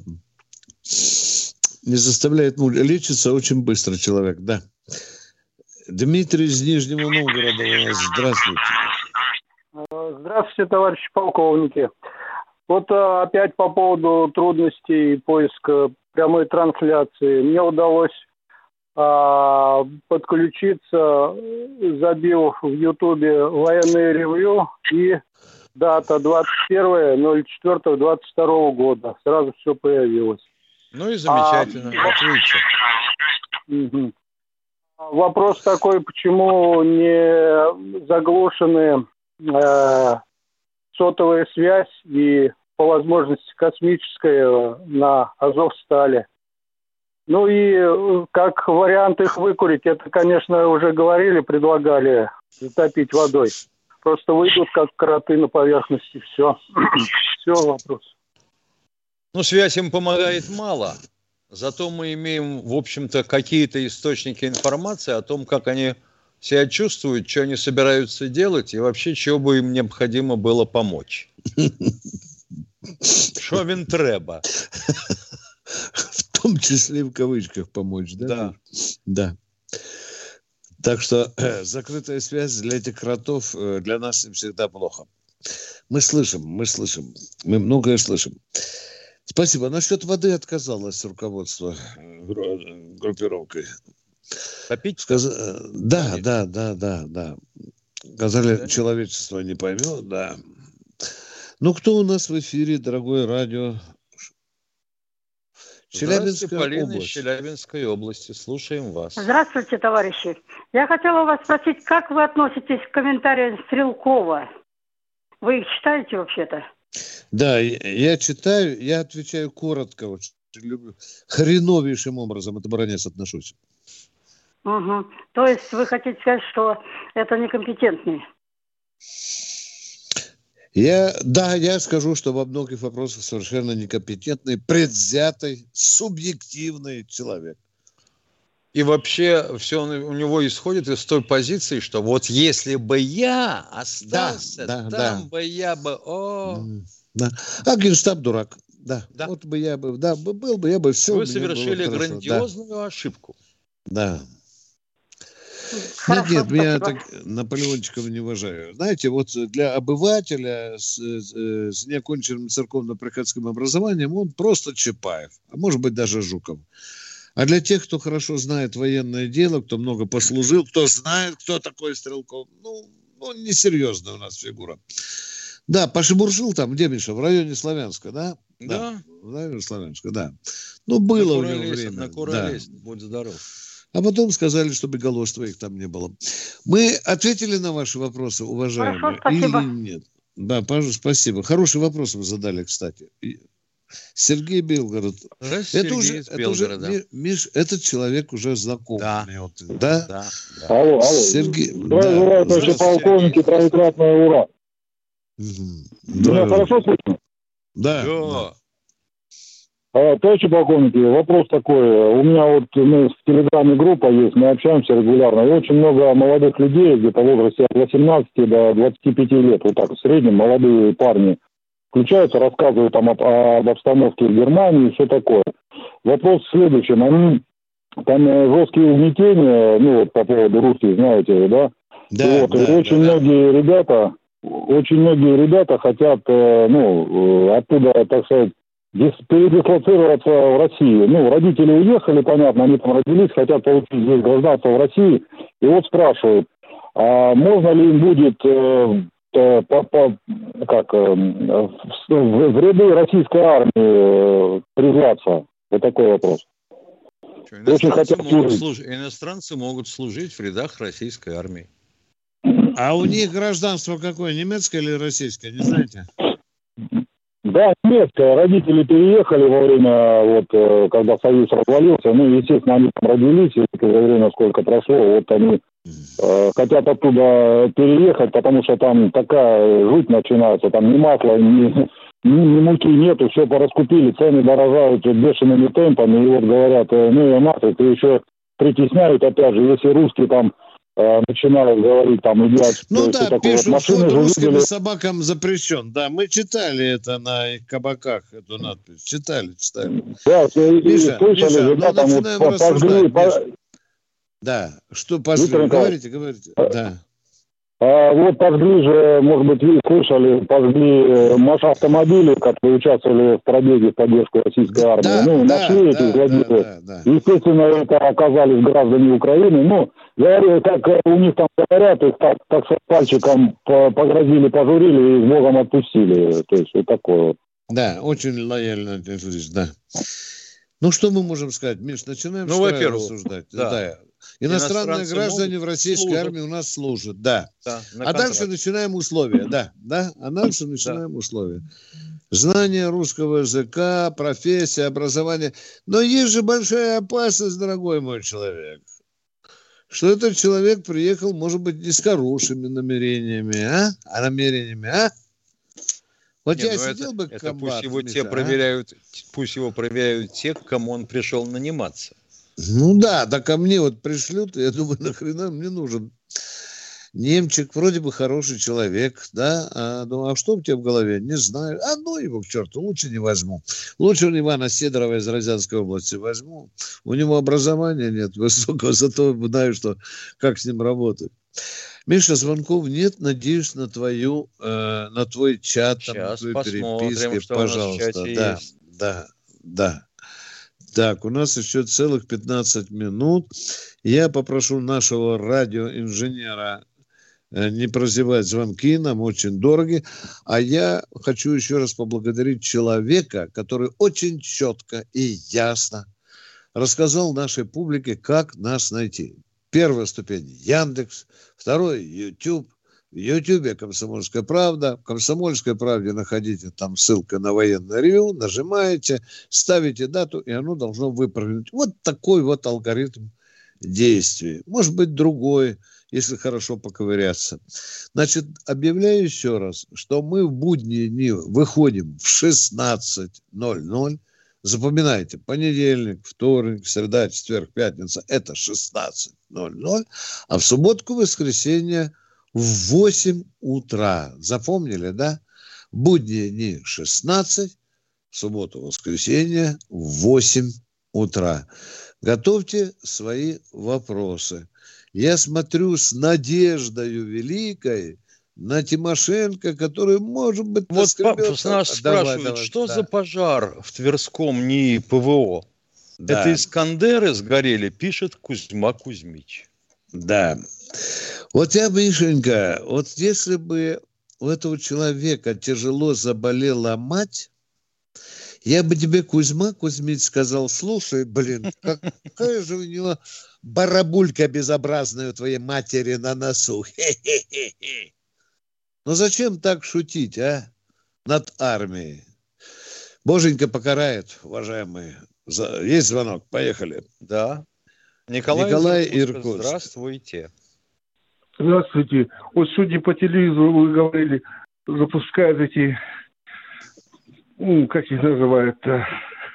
Не заставляет лечиться очень быстро человек, да. Дмитрий из Нижнего Новгорода у нас. Здравствуйте. Здравствуйте, товарищи полковники. Вот опять по поводу трудностей поиска прямой трансляции. Мне удалось а, подключиться, забил в Ютубе военное ревью и дата двадцать первое ноль четвёртое двадцать второго года. Сразу все появилось. Ну и замечательно. А, вот видите. Угу. Вопрос такой, почему не заглушены э, сотовая связь и по возможности космическая на Азовстале. Ну и как вариант их выкурить, это, конечно, уже говорили, предлагали затопить водой. Просто выйдут как кроты на поверхности, все. Все, вопрос. Ну, связь им помогает мало. Зато мы имеем, в общем-то, какие-то источники информации о том, как они себя чувствуют, что они собираются делать и вообще, чего бы им необходимо было помочь. Что им треба? В том числе и в кавычках помочь, да? Да. Да. Так что э, закрытая связь для этих кротов, э, для нас всегда плохо. Мы слышим, мы слышим, мы многое слышим. Спасибо. Насчет воды отказалось руководство группировкой. Попить? Сказ... Да, да, да, да, да. Сказали, да? Человечество не поймет, да. Ну, кто у нас в эфире, дорогое радио? Челябинская Полина область. Из Челябинской области. Слушаем вас. Здравствуйте, товарищи. Я хотела вас спросить, как вы относитесь к комментариям Стрелкова? Вы их читаете вообще-то? Да, я читаю, я отвечаю коротко, очень люблю, хреновейшим образом, это баронец отношусь. Угу. То есть вы хотите сказать, что это некомпетентный? Я, да, я скажу, что во многих вопросах совершенно некомпетентный, предвзятый, субъективный человек. И вообще все у него исходит из той позиции, что вот если бы я остался, да, да, там да. бы я бы... О... Да. А Генштаб дурак. Да. Да. Вот бы я бы, да, был бы, я бы все. Вы совершили грандиозную да. ошибку. Да. Хорошо, нет, нет, меня спасибо. так Наполеончиков не уважаю. Знаете, вот для обывателя с, с, с неоконченным церковно-приходским образованием он просто Чапаев, а может быть даже Жуков. А для тех, кто хорошо знает военное дело, кто много послужил, кто знает, кто такой Стрелков, ну, ну несерьезная у нас фигура. Да, пошебуршил там, где, Миша, в районе Славянска, да? Да. Да, в районе Славянска, да. Ну, было у него время. На Куролесе, да. Будь здоров. А потом сказали, чтобы голос твоих там не было. Мы ответили на ваши вопросы, уважаемые? Хорошо, спасибо. Или нет? Да, пожалуйста, спасибо. Хороший вопрос вы задали, кстати. Сергей Белгород. Это Сергей уже, это Белгорода. Уже, Миш, этот человек уже знакомый. Да. Вот, да? Да, да. Алло, алло. Сергей. Здравия Да. желаю, полковники, троекратное ура. Угу. Меня хорошо слышно? Да. да. А, товарищи полковники, вопрос такой. У меня вот ну, в Телеграме группа есть, мы общаемся регулярно. И очень много молодых людей, где-то в возрасте от восемнадцати до двадцати пяти лет, вот так в среднем, молодые парни, включаются, рассказывают там об, об обстановке в Германии и все такое. Вопрос в следующем. Они, там жесткие угнетения, ну вот по поводу русских, знаете, да? Да, вот, да, и очень да, многие да. ребята, очень многие ребята хотят, ну, оттуда, так сказать, передислоцироваться в Россию. Ну, родители уехали, понятно, они там родились, хотят получить здесь гражданство в России. И вот спрашивают, а можно ли им будет э, э, по, по, как, э, в, в ряды российской армии э, призваться? Вот такой вопрос. Что, иностранцы, могут служить, иностранцы могут служить в рядах российской армии. А у них гражданство какое, немецкое или российское, не знаете? Да, немецкое. Родители переехали во время, вот, когда Союз развалился. Ну, естественно, они там родились, и за время, сколько прошло, вот они э, хотят оттуда переехать, потому что там такая жуть начинается. Там ни масла, ни, ни, ни муки нету, все пораскупили, цены дорожают бешеными темпами. И вот говорят, ну, и нафиг, и еще притесняют, опять же, если русские там начинают говорить там играть. Ну да, такое. пишут, Вот вход русским видели... собакам запрещен. Да, мы читали это на их кабаках, эту надпись. Читали, читали. Да, Миша, слышали, Миша, же, ну да, там начинаем вот рассуждать. по... Миша. Да, что пошли? Говорите, говорите. А, да. А вот поближе, может быть, вы слышали, пожгли автомобили, которые участвовали в пробеге в поддержку российской армии. Да, ну, да, нашли да, этих злодеев. да, да, да. Естественно, это оказались граждане Украины. Ну, говорю, как у них там говорят, их так, так с пальчиком погрозили, пожурили и с Богом отпустили. То есть вот такое. Да, очень лояльно отнеслись, да. Ну, что мы можем сказать, Миш, начинаем ну, с края во-первых, рассуждать. Да. Да. Иностранные Иностранцы граждане в российской служат. армии у нас служат, да. Да, а дальше начинаем условия, да, да, а дальше начинаем да. условия. Знание русского языка, профессия, образование. Но есть же большая опасность, дорогой мой человек, что этот человек приехал, может быть, не с хорошими намерениями, а? А намерениями, а? Вот Не, я ну сидел это, бы это комбат, пусть его Миша, те а? проверяют, пусть его проверяют те, к кому он пришел наниматься. Ну да, да ко мне вот пришлют, я думаю, нахрена мне нужен немчик, вроде бы хороший человек, да, а, ну, а что у тебя в голове, не знаю, а ну его к черту, лучше не возьму. Лучше у Ивана Сидорова из Розянской области возьму, у него образования нет высокого, зато знаю, что, как с ним работать. Миша, звонков нет, надеюсь на твою, э, на твой чат, там, на твою переписку, пожалуйста. Да, есть. да, да. Так, у нас еще целых пятнадцать минут. Я попрошу нашего радиоинженера не прозевать звонки, нам очень дороги. А я хочу еще раз поблагодарить человека, который очень четко и ясно рассказал нашей публике, как нас найти. Первая ступень – Яндекс, второй – YouTube. В Ютьюбе «Комсомольская правда». В «Комсомольской правде» находите там ссылка на военное ревью, нажимаете, ставите дату, и оно должно выпрыгнуть. Вот такой вот алгоритм действий. Может быть, другой, если хорошо поковыряться. Значит, объявляю еще раз, что мы в будние дни выходим в шестнадцать ноль ноль. Запоминайте, понедельник, вторник, среда, четверг, пятница – это шестнадцать ноль ноль, а в субботу, воскресенье – в восемь утра. Запомнили, да? Будние дни шестнадцать, в субботу, воскресенье в восемь утра. Готовьте свои вопросы. Я смотрю с надеждою великой на Тимошенко, который, может быть, вот наскребет... нас давай, спрашивают, давай, что да. за пожар в Тверском НИИ ПВО? Да. Это Искандеры сгорели, пишет Кузьма Кузьмич. Да. Вот я, Мишенька, вот если бы у этого человека тяжело заболела мать, я бы тебе, Кузьма Кузьмич, сказал, слушай, блин, какая же у него барабулька безобразная у твоей матери на носу. Хе-хе-хе-хе. Ну зачем так шутить, а? Над армией. Боженька покарает, уважаемые. Есть звонок? Поехали. Да. Николай, Николай Иркутск. Иркутск. Здравствуйте. Здравствуйте. Вот сегодня по телевизору вы говорили, запускают эти, ну, как их называют-то,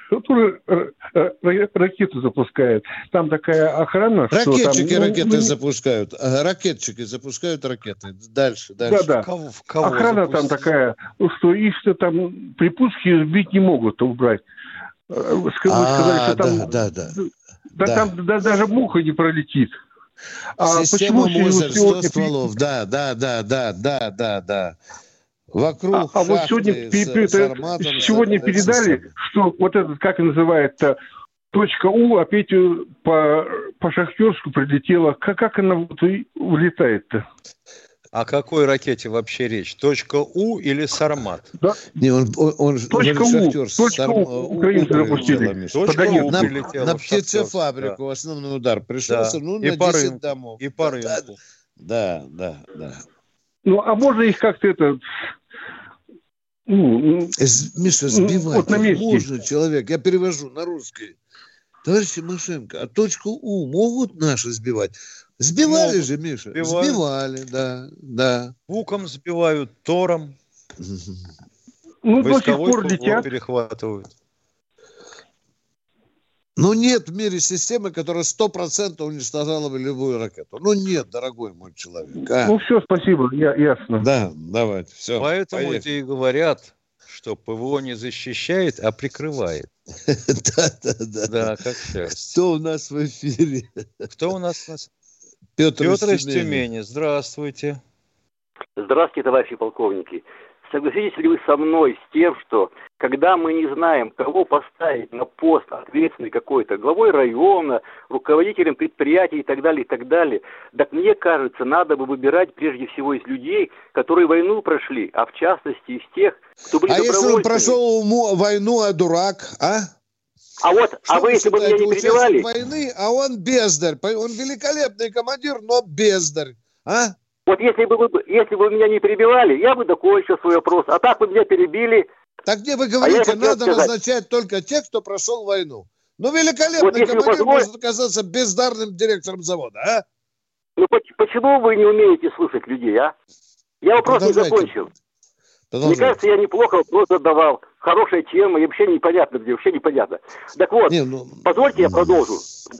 ракеты запускают. Там такая охрана. Ракетчики что там, ракеты ну, запускают. Ага, ракетчики запускают ракеты. Дальше, дальше. Да, да. Кого, кого охрана запустили? там такая, что их что там при пуске сбить не могут, убрать. Вы сказали, что там, да, да, да. Да, да. там да, даже муха не пролетит. А Система почему Мозер, сегодня... сто стволов. Да, да, да, да, да, да, да. Вокруг А, а вот сегодня, с, пере, с арматом, сегодня с, передали, с... что вот этот, как называется, точка У опять по, по Шахтерску прилетела. Как, как она вот улетает-то? О какой ракете вообще речь? Точка У или Сармат? Да. Не, он, он, он точка У, Шахтерск, точка Сарм... У, украинцы запустили. Точка У на, прилетела на в Шахтерск, птицефабрику да. Основной удар пришелся, Да. ну, И на по десять рынку, домов. и по да, рынку. Да, да, да. Ну, а можно их как-то это... Ну, Миша, сбивать вот на месте. Можно, человек. Я перевожу на русский. Товарищ Тимошенко, а точку У могут наши сбивать? Сбивали могут, же, Миша? Сбивают. Сбивали, да, да. Буком сбивают, тором. Ну, до сих пор летят. Перехватывают. Ну, нет в мире системы, которая сто процентов уничтожала бы любую ракету. Ну, нет, дорогой мой человек. А? Ну, все, спасибо, я, ясно. Да, давайте, все. Поэтому и говорят, что ПВО не защищает, а прикрывает. Да, да, да. Да, как сейчас. Кто у нас в эфире? Кто у нас? Петр, Петр из Тюмени. Здравствуйте. Здравствуйте, товарищи полковники. Согласитесь ли вы со мной с тем, что когда мы не знаем, кого поставить на пост ответственный какой-то, главой района, руководителем предприятий и так далее, и так далее, так мне кажется, надо бы выбирать прежде всего из людей, которые войну прошли, а в частности из тех, кто были а добровольцами. если он прошел войну, а дурак, а? А вот, Что а вы, если бы меня не перебивали... войны, а он бездарь. Он великолепный командир, но бездарь. А? Вот если бы, вы, если бы вы меня не перебивали, я бы докончил свой вопрос. А так вы меня перебили. Так где вы говорите, а надо сказать... назначать только тех, кто прошел войну. Ну, великолепный вот командир позволь... может оказаться бездарным директором завода, а? Ну, почему вы не умеете слушать людей, а? Я вопрос не закончил. Мне кажется, я неплохо вопрос задавал. Хорошая тема, и вообще непонятно где, вообще непонятно. Так вот, не, ну... позвольте я продолжу.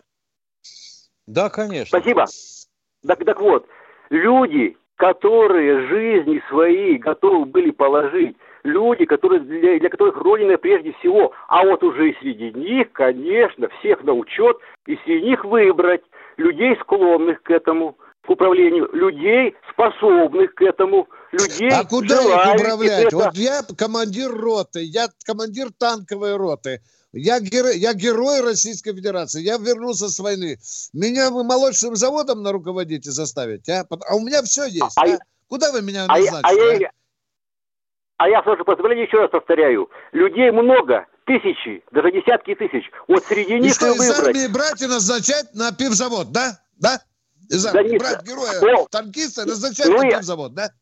Да, конечно. Спасибо. Так, так вот, люди, которые жизни свои готовы были положить, люди, которые, для, для которых Родина прежде всего, а вот уже и среди них, конечно, всех на учет, и среди них выбрать людей, склонных к этому, к управлению, людей, способных к этому, людей, а куда их управлять? Это... Вот я командир роты, я командир танковой роты. Я герой, я герой Российской Федерации. Я вернулся с войны. Меня вы молочным заводом на руководите заставить, а? А у меня все есть. А, а? Куда вы меня назначите? А, а, я, а я, с вашего позволения, еще раз повторяю. Людей много, тысячи, даже десятки тысяч. Вот среди них и что, выбрать. из армии брать и назначать на пивзавод, да? Да? Из армии да брать героя, О, танкиста назначать ну, на я... пивзавод, да?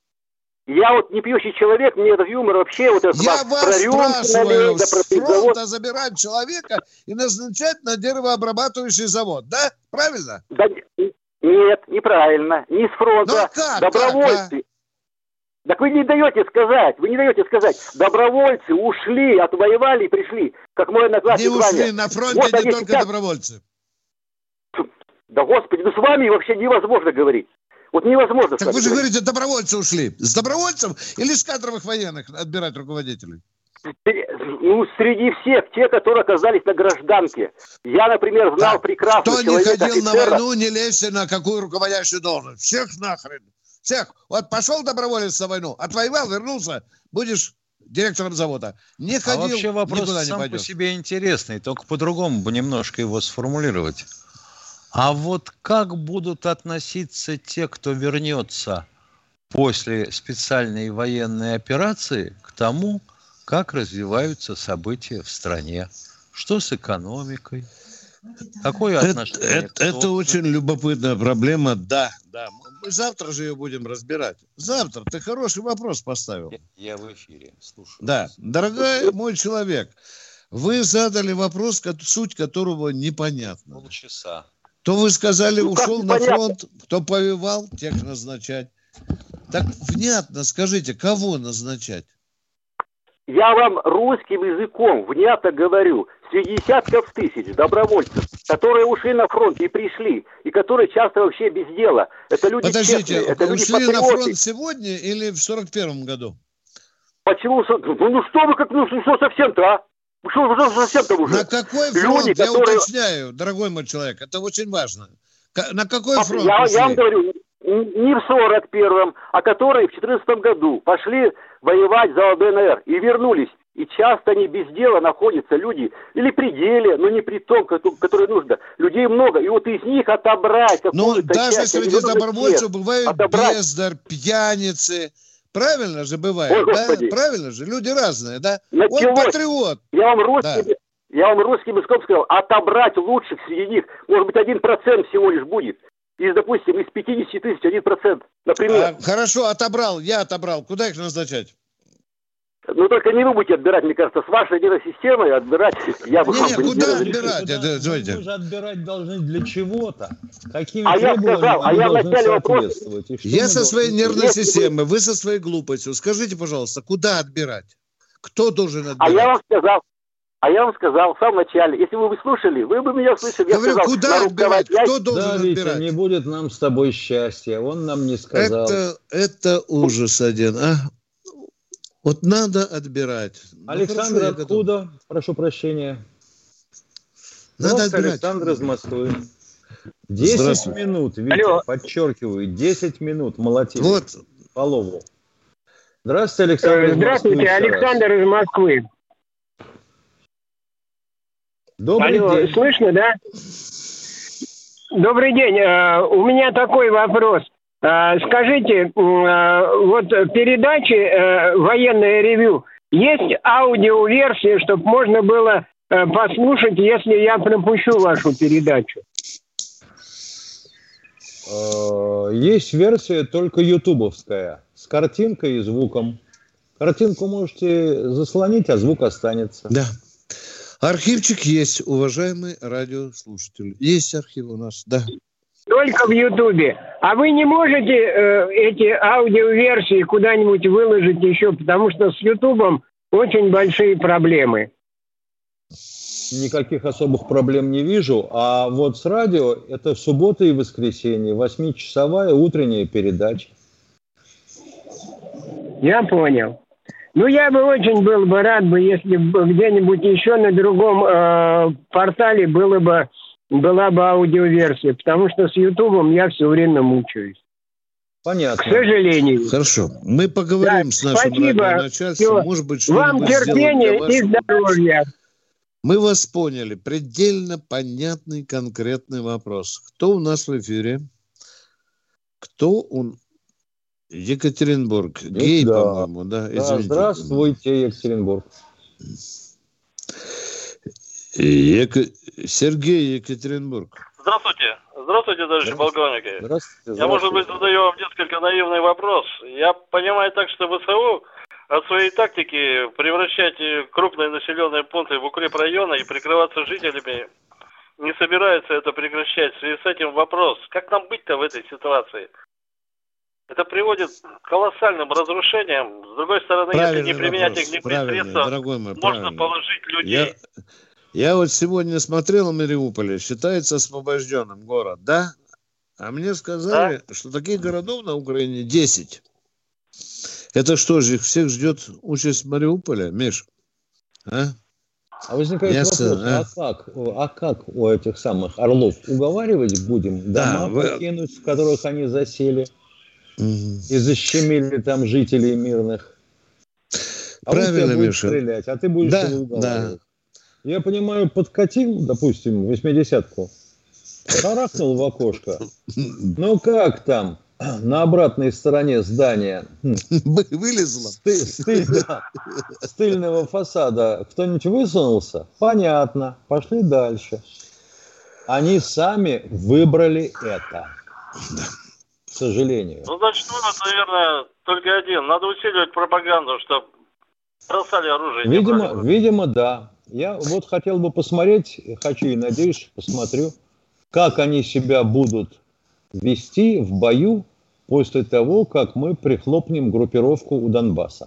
Я вот не пьющий человек, мне этот юмор вообще вот это... Я вас спрашиваю, с фронта забирать человека и назначать на деревообрабатывающий завод, да? Правильно? Да, нет, неправильно. Не с фронта. Ну, а как, добровольцы. Как, а? Так вы не даете сказать, вы не даете сказать. Добровольцы ушли, отвоевали и пришли. Как мой одноклассник Не ушли, на фронте вот не только сейчас... добровольцы. Да господи, ну с вами вообще невозможно говорить. Вот невозможно. Так вы же говорите, добровольцы ушли. С добровольцев или с кадровых военных отбирать руководителей? Ну, среди всех, те, которые оказались на гражданке. Я, например, знал так, прекрасно кто человека, не ходил офицера. на войну, не лезьте на какую руководящую должность. Всех нахрен. Всех. Вот пошел доброволец на войну, отвоевал, вернулся, будешь директором завода. Не ходил, а вообще вопрос никуда сам не пойдешь. По себе интересный, только по-другому бы немножко его сформулировать. А вот как будут относиться те, кто вернется после специальной военной операции к тому, как развиваются события в стране? Что с экономикой? Какое отношение? Это, это, это очень любопытная проблема, да, да. Мы завтра же ее будем разбирать. Завтра. Ты хороший вопрос поставил. Я, я в эфире, слушаю. Да. Дорогой мой человек, вы задали вопрос, суть которого непонятна. Полчаса. То вы сказали, ну, ушел на фронт, кто повоевал, тех назначать. Так внятно скажите, кого назначать? Я вам русским языком внятно говорю. Среди десятков тысяч добровольцев, которые ушли на фронт и пришли, и которые часто вообще без дела. Это люди Подождите, честные, это люди ушли патриоты. На фронт сегодня или в сорок первом году? Почему? Ну, ну что вы, как, ну что совсем-то, а? Что, что совсем-то уже? На какой фронт, люди, я которые... уточняю, дорогой мой человек, это очень важно. На какой а, фронт я, ушли? я вам говорю, не в сорок первом, а которые в четырнадцатом году пошли воевать за ЛДНР и вернулись. И часто они без дела находятся, люди, или при деле, но не при том, которое нужно. Людей много, и вот из них отобрать ну, какую-то даже часть, среди добровольцев бывают отобрать. Бездарь, пьяницы. Правильно же бывает, Ой, да? Господи. Правильно же, люди разные, да? Началось. Он патриот. Я вам русским, да. я вам русским языком сказал, отобрать лучших среди них, может быть, один процент всего лишь будет. Из, допустим, из пятидесяти тысяч один процент, например. А, хорошо, отобрал, я отобрал. Куда их назначать? Ну, только не вы будете отбирать, мне кажется, с вашей нейросистемой отбирать я бы... Не, не, куда отбирать? Куда, это, вы же отбирать должны для чего-то. Какими а я сказал, а я вначале вопрос... Я со своей нервной системой, вы со своей глупостью. Скажите, пожалуйста, куда отбирать? Кто должен отбирать? А я вам сказал, а я вам сказал в самом начале, если бы вы слушали, вы бы меня слышали. Я говорю, сказал, куда отбирать? Кто должен да, отбирать? Витя, не будет нам с тобой счастья, он нам не сказал. Это, это ужас один, а? Вот надо отбирать. Александр, ну, хорошо, откуда? Прошу прощения. Надо вот отбирать. Александр из Москвы. Десять минут, Витя, подчеркиваю, десять минут, молотили. Вот, Фролову. Здравствуйте, Александр. Из Здравствуйте, Александр из Москвы. Добрый Алло, день. Слышно, да? Добрый день. У меня такой вопрос. Скажите, вот передачи «Военное ревью», есть аудиоверсия, чтобы можно было послушать, если я пропущу вашу передачу? Есть версия только ютубовская, с картинкой и звуком. Картинку можете заслонить, а звук останется. Да. Архивчик есть, уважаемые радиослушатели. Есть архив у нас, да. Только в Ютубе. А вы не можете э, эти аудиоверсии куда-нибудь выложить еще, потому что с Ютубом очень большие проблемы. Никаких особых проблем не вижу. А вот с радио это суббота и воскресенье, восьмичасовая утренняя передача. Я понял. Ну, я бы очень был бы рад, бы, если бы где-нибудь еще на другом э, портале было бы, была бы аудиоверсия, потому что с Ютубом я все время мучаюсь. Понятно. К сожалению. Хорошо. Мы поговорим да, с нашим спасибо. радионачальством. Все. Может быть, вам терпения и здоровья. Мы вас поняли. Предельно понятный, конкретный вопрос. Кто у нас в эфире? Кто у... Екатеринбург. Гей, да. по-моему, да? Да, здравствуйте, Екатеринбург. Ека... Сергей, Екатеринбург. Здравствуйте. Здравствуйте, товарищи полковники. Здравствуйте, здравствуйте. Я, может быть, задаю вам несколько наивный вопрос. Я понимаю так, что ВСУ от своей тактики превращать крупные населенные пункты в укрепрайоны и прикрываться жителями не собирается это прекращать. В связи с этим вопрос, как нам быть-то в этой ситуации? Это приводит к колоссальным разрушениям. С другой стороны, правильный если не применять вопрос, огневые средства, дорогой мой, можно правильный. положить людей. Я, я вот сегодня смотрел в Мариуполе, считается освобожденным город, да? А мне сказали, да? что таких городов на Украине десять. Это что же, их всех ждет участь Мариуполя, Миш? А? А возникает Ясно, вопрос, а? А, как, а как у этих самых орлов уговаривать будем? Да, дома вы... покинуть, в которых они засели? Угу. И защемили там жителей мирных. А правильно, Миша. Стрелять, а ты будешь да, его уговаривать. Да. Я понимаю, подкатил, допустим, восьмидесятку, тарахнул в окошко. Ну как там? На обратной стороне здания вылезло. С, тыль, да, с тыльного фасада кто-нибудь высунулся? Понятно. Пошли дальше. Они сами выбрали это. Да. К сожалению. Ну, значит, вывод, наверное, только один. Надо усиливать пропаганду, чтобы бросали оружие. Видимо, видимо, да. Я вот хотел бы посмотреть, хочу и надеюсь, посмотрю, как они себя будут вести в бою после того, как мы прихлопнем группировку у Донбасса.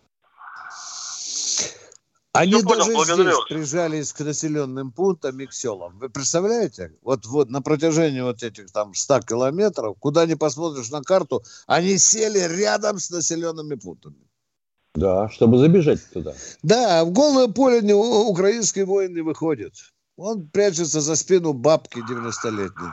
Они Все даже понял, здесь прижались к населенным пунктам и к селам. Вы представляете? Вот, вот на протяжении вот этих там ста километров, куда ни посмотришь на карту, они сели рядом с населенными пунктами. Да, чтобы забежать туда. Да, в голое поле не, украинский воин не выходит. Он прячется за спину бабки девяностолетней.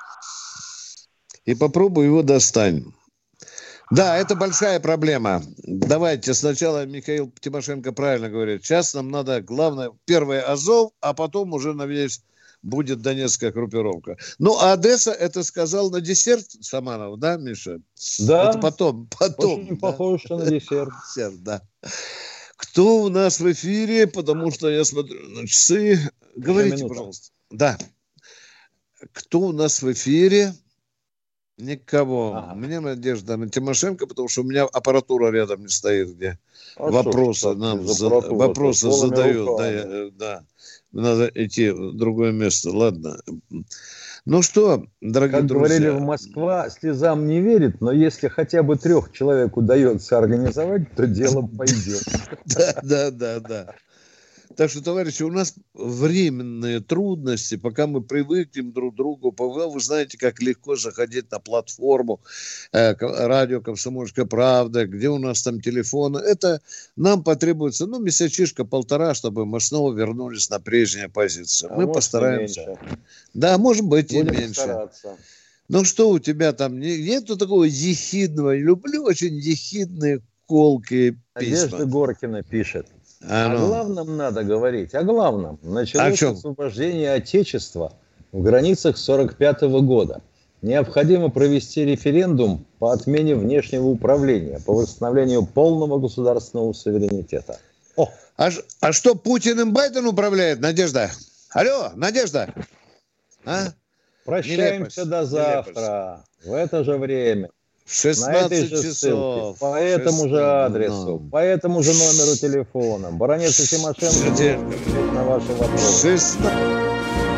И попробуй его достань. Да, это большая проблема. Давайте сначала Михаил Тимошенко правильно говорит. Сейчас нам надо, главное, первое Азов, а потом уже, надеюсь, будет Донецкая группировка. Ну, а Одесса, это сказал на десерт Саманов, да, Миша? Да. Это потом, потом. Очень да? похоже, что на десерт. Десерт, да. Кто у нас в эфире? Потому что я смотрю на часы. Говорите, пожалуйста. Да. Кто у нас в эфире? Никого. Ага. У меня надежда на Тимошенко, потому что у меня аппаратура рядом не стоит, где а вопросы нам за, вопросы задают. Да, я, да. Надо идти в другое место. Ладно. Ну что, дорогие как друзья. Как говорили в Москве, слезам не верит, но если хотя бы трех человек удается организовать, то дело пойдет. Да, да, да, да. Так что, товарищи, у нас временные трудности, пока мы привыкнем друг к другу. Вы знаете, как легко заходить на платформу э, радио «Комсомольская правда», где у нас там телефоны. Это нам потребуется, ну, месячишка-полтора, чтобы мы снова вернулись на прежние позиции. А мы постараемся. Да, может быть, Будем и меньше. Стараться. Ну что у тебя там? Нету такого ехидного? Люблю очень ехидные, колкие письма. Надежда Горкина пишет. А, ну. О главном надо говорить. О главном. Началось О освобождение Отечества в границах сорок пятого года. Необходимо провести референдум по отмене внешнего управления, по восстановлению полного государственного суверенитета. О. А, а что, Путин им Байден управляет, Надежда? Алло, Надежда? А? Прощаемся Нелепость. до завтра. Нелепость. В это же время. шестнадцать на этой же часов. Ссылке, по этому шестнадцать же адресу, ну. по этому же номеру телефона. Баронец и Тимошенко ответит на ваши вопросы. шестнадцать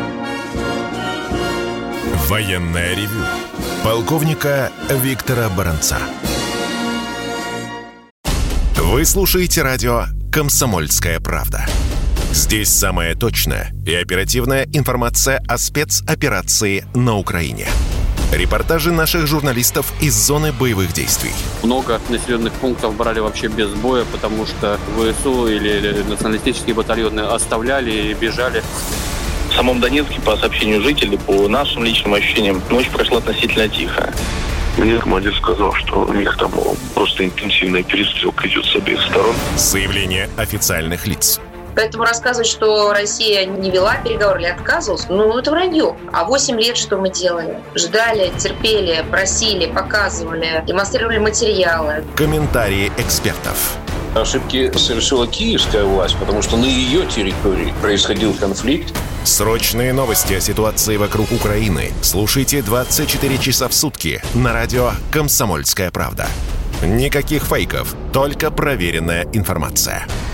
Военное ревю полковника Виктора Баранца. Вы слушаете радио «Комсомольская правда». Здесь самая точная и оперативная информация о спецоперации на Украине. Репортажи наших журналистов из зоны боевых действий. Много населенных пунктов брали вообще без боя, потому что ВСУ или националистические батальоны оставляли и бежали. В самом Донецке, по сообщению жителей, по нашим личным ощущениям, ночь прошла относительно тихо. Мне командир сказал, что у них там просто интенсивная перестрелка идет с обеих сторон. Заявление официальных лиц. Поэтому рассказывать, что Россия не вела переговоры или отказывалась, ну, это вранье. А восемь лет что мы делали? Ждали, терпели, просили, показывали, демонстрировали материалы. Комментарии экспертов. Ошибки совершила киевская власть, потому что на ее территории происходил конфликт. Срочные новости о ситуации вокруг Украины слушайте двадцать четыре часа в сутки на радио «Комсомольская правда». Никаких фейков, только проверенная информация.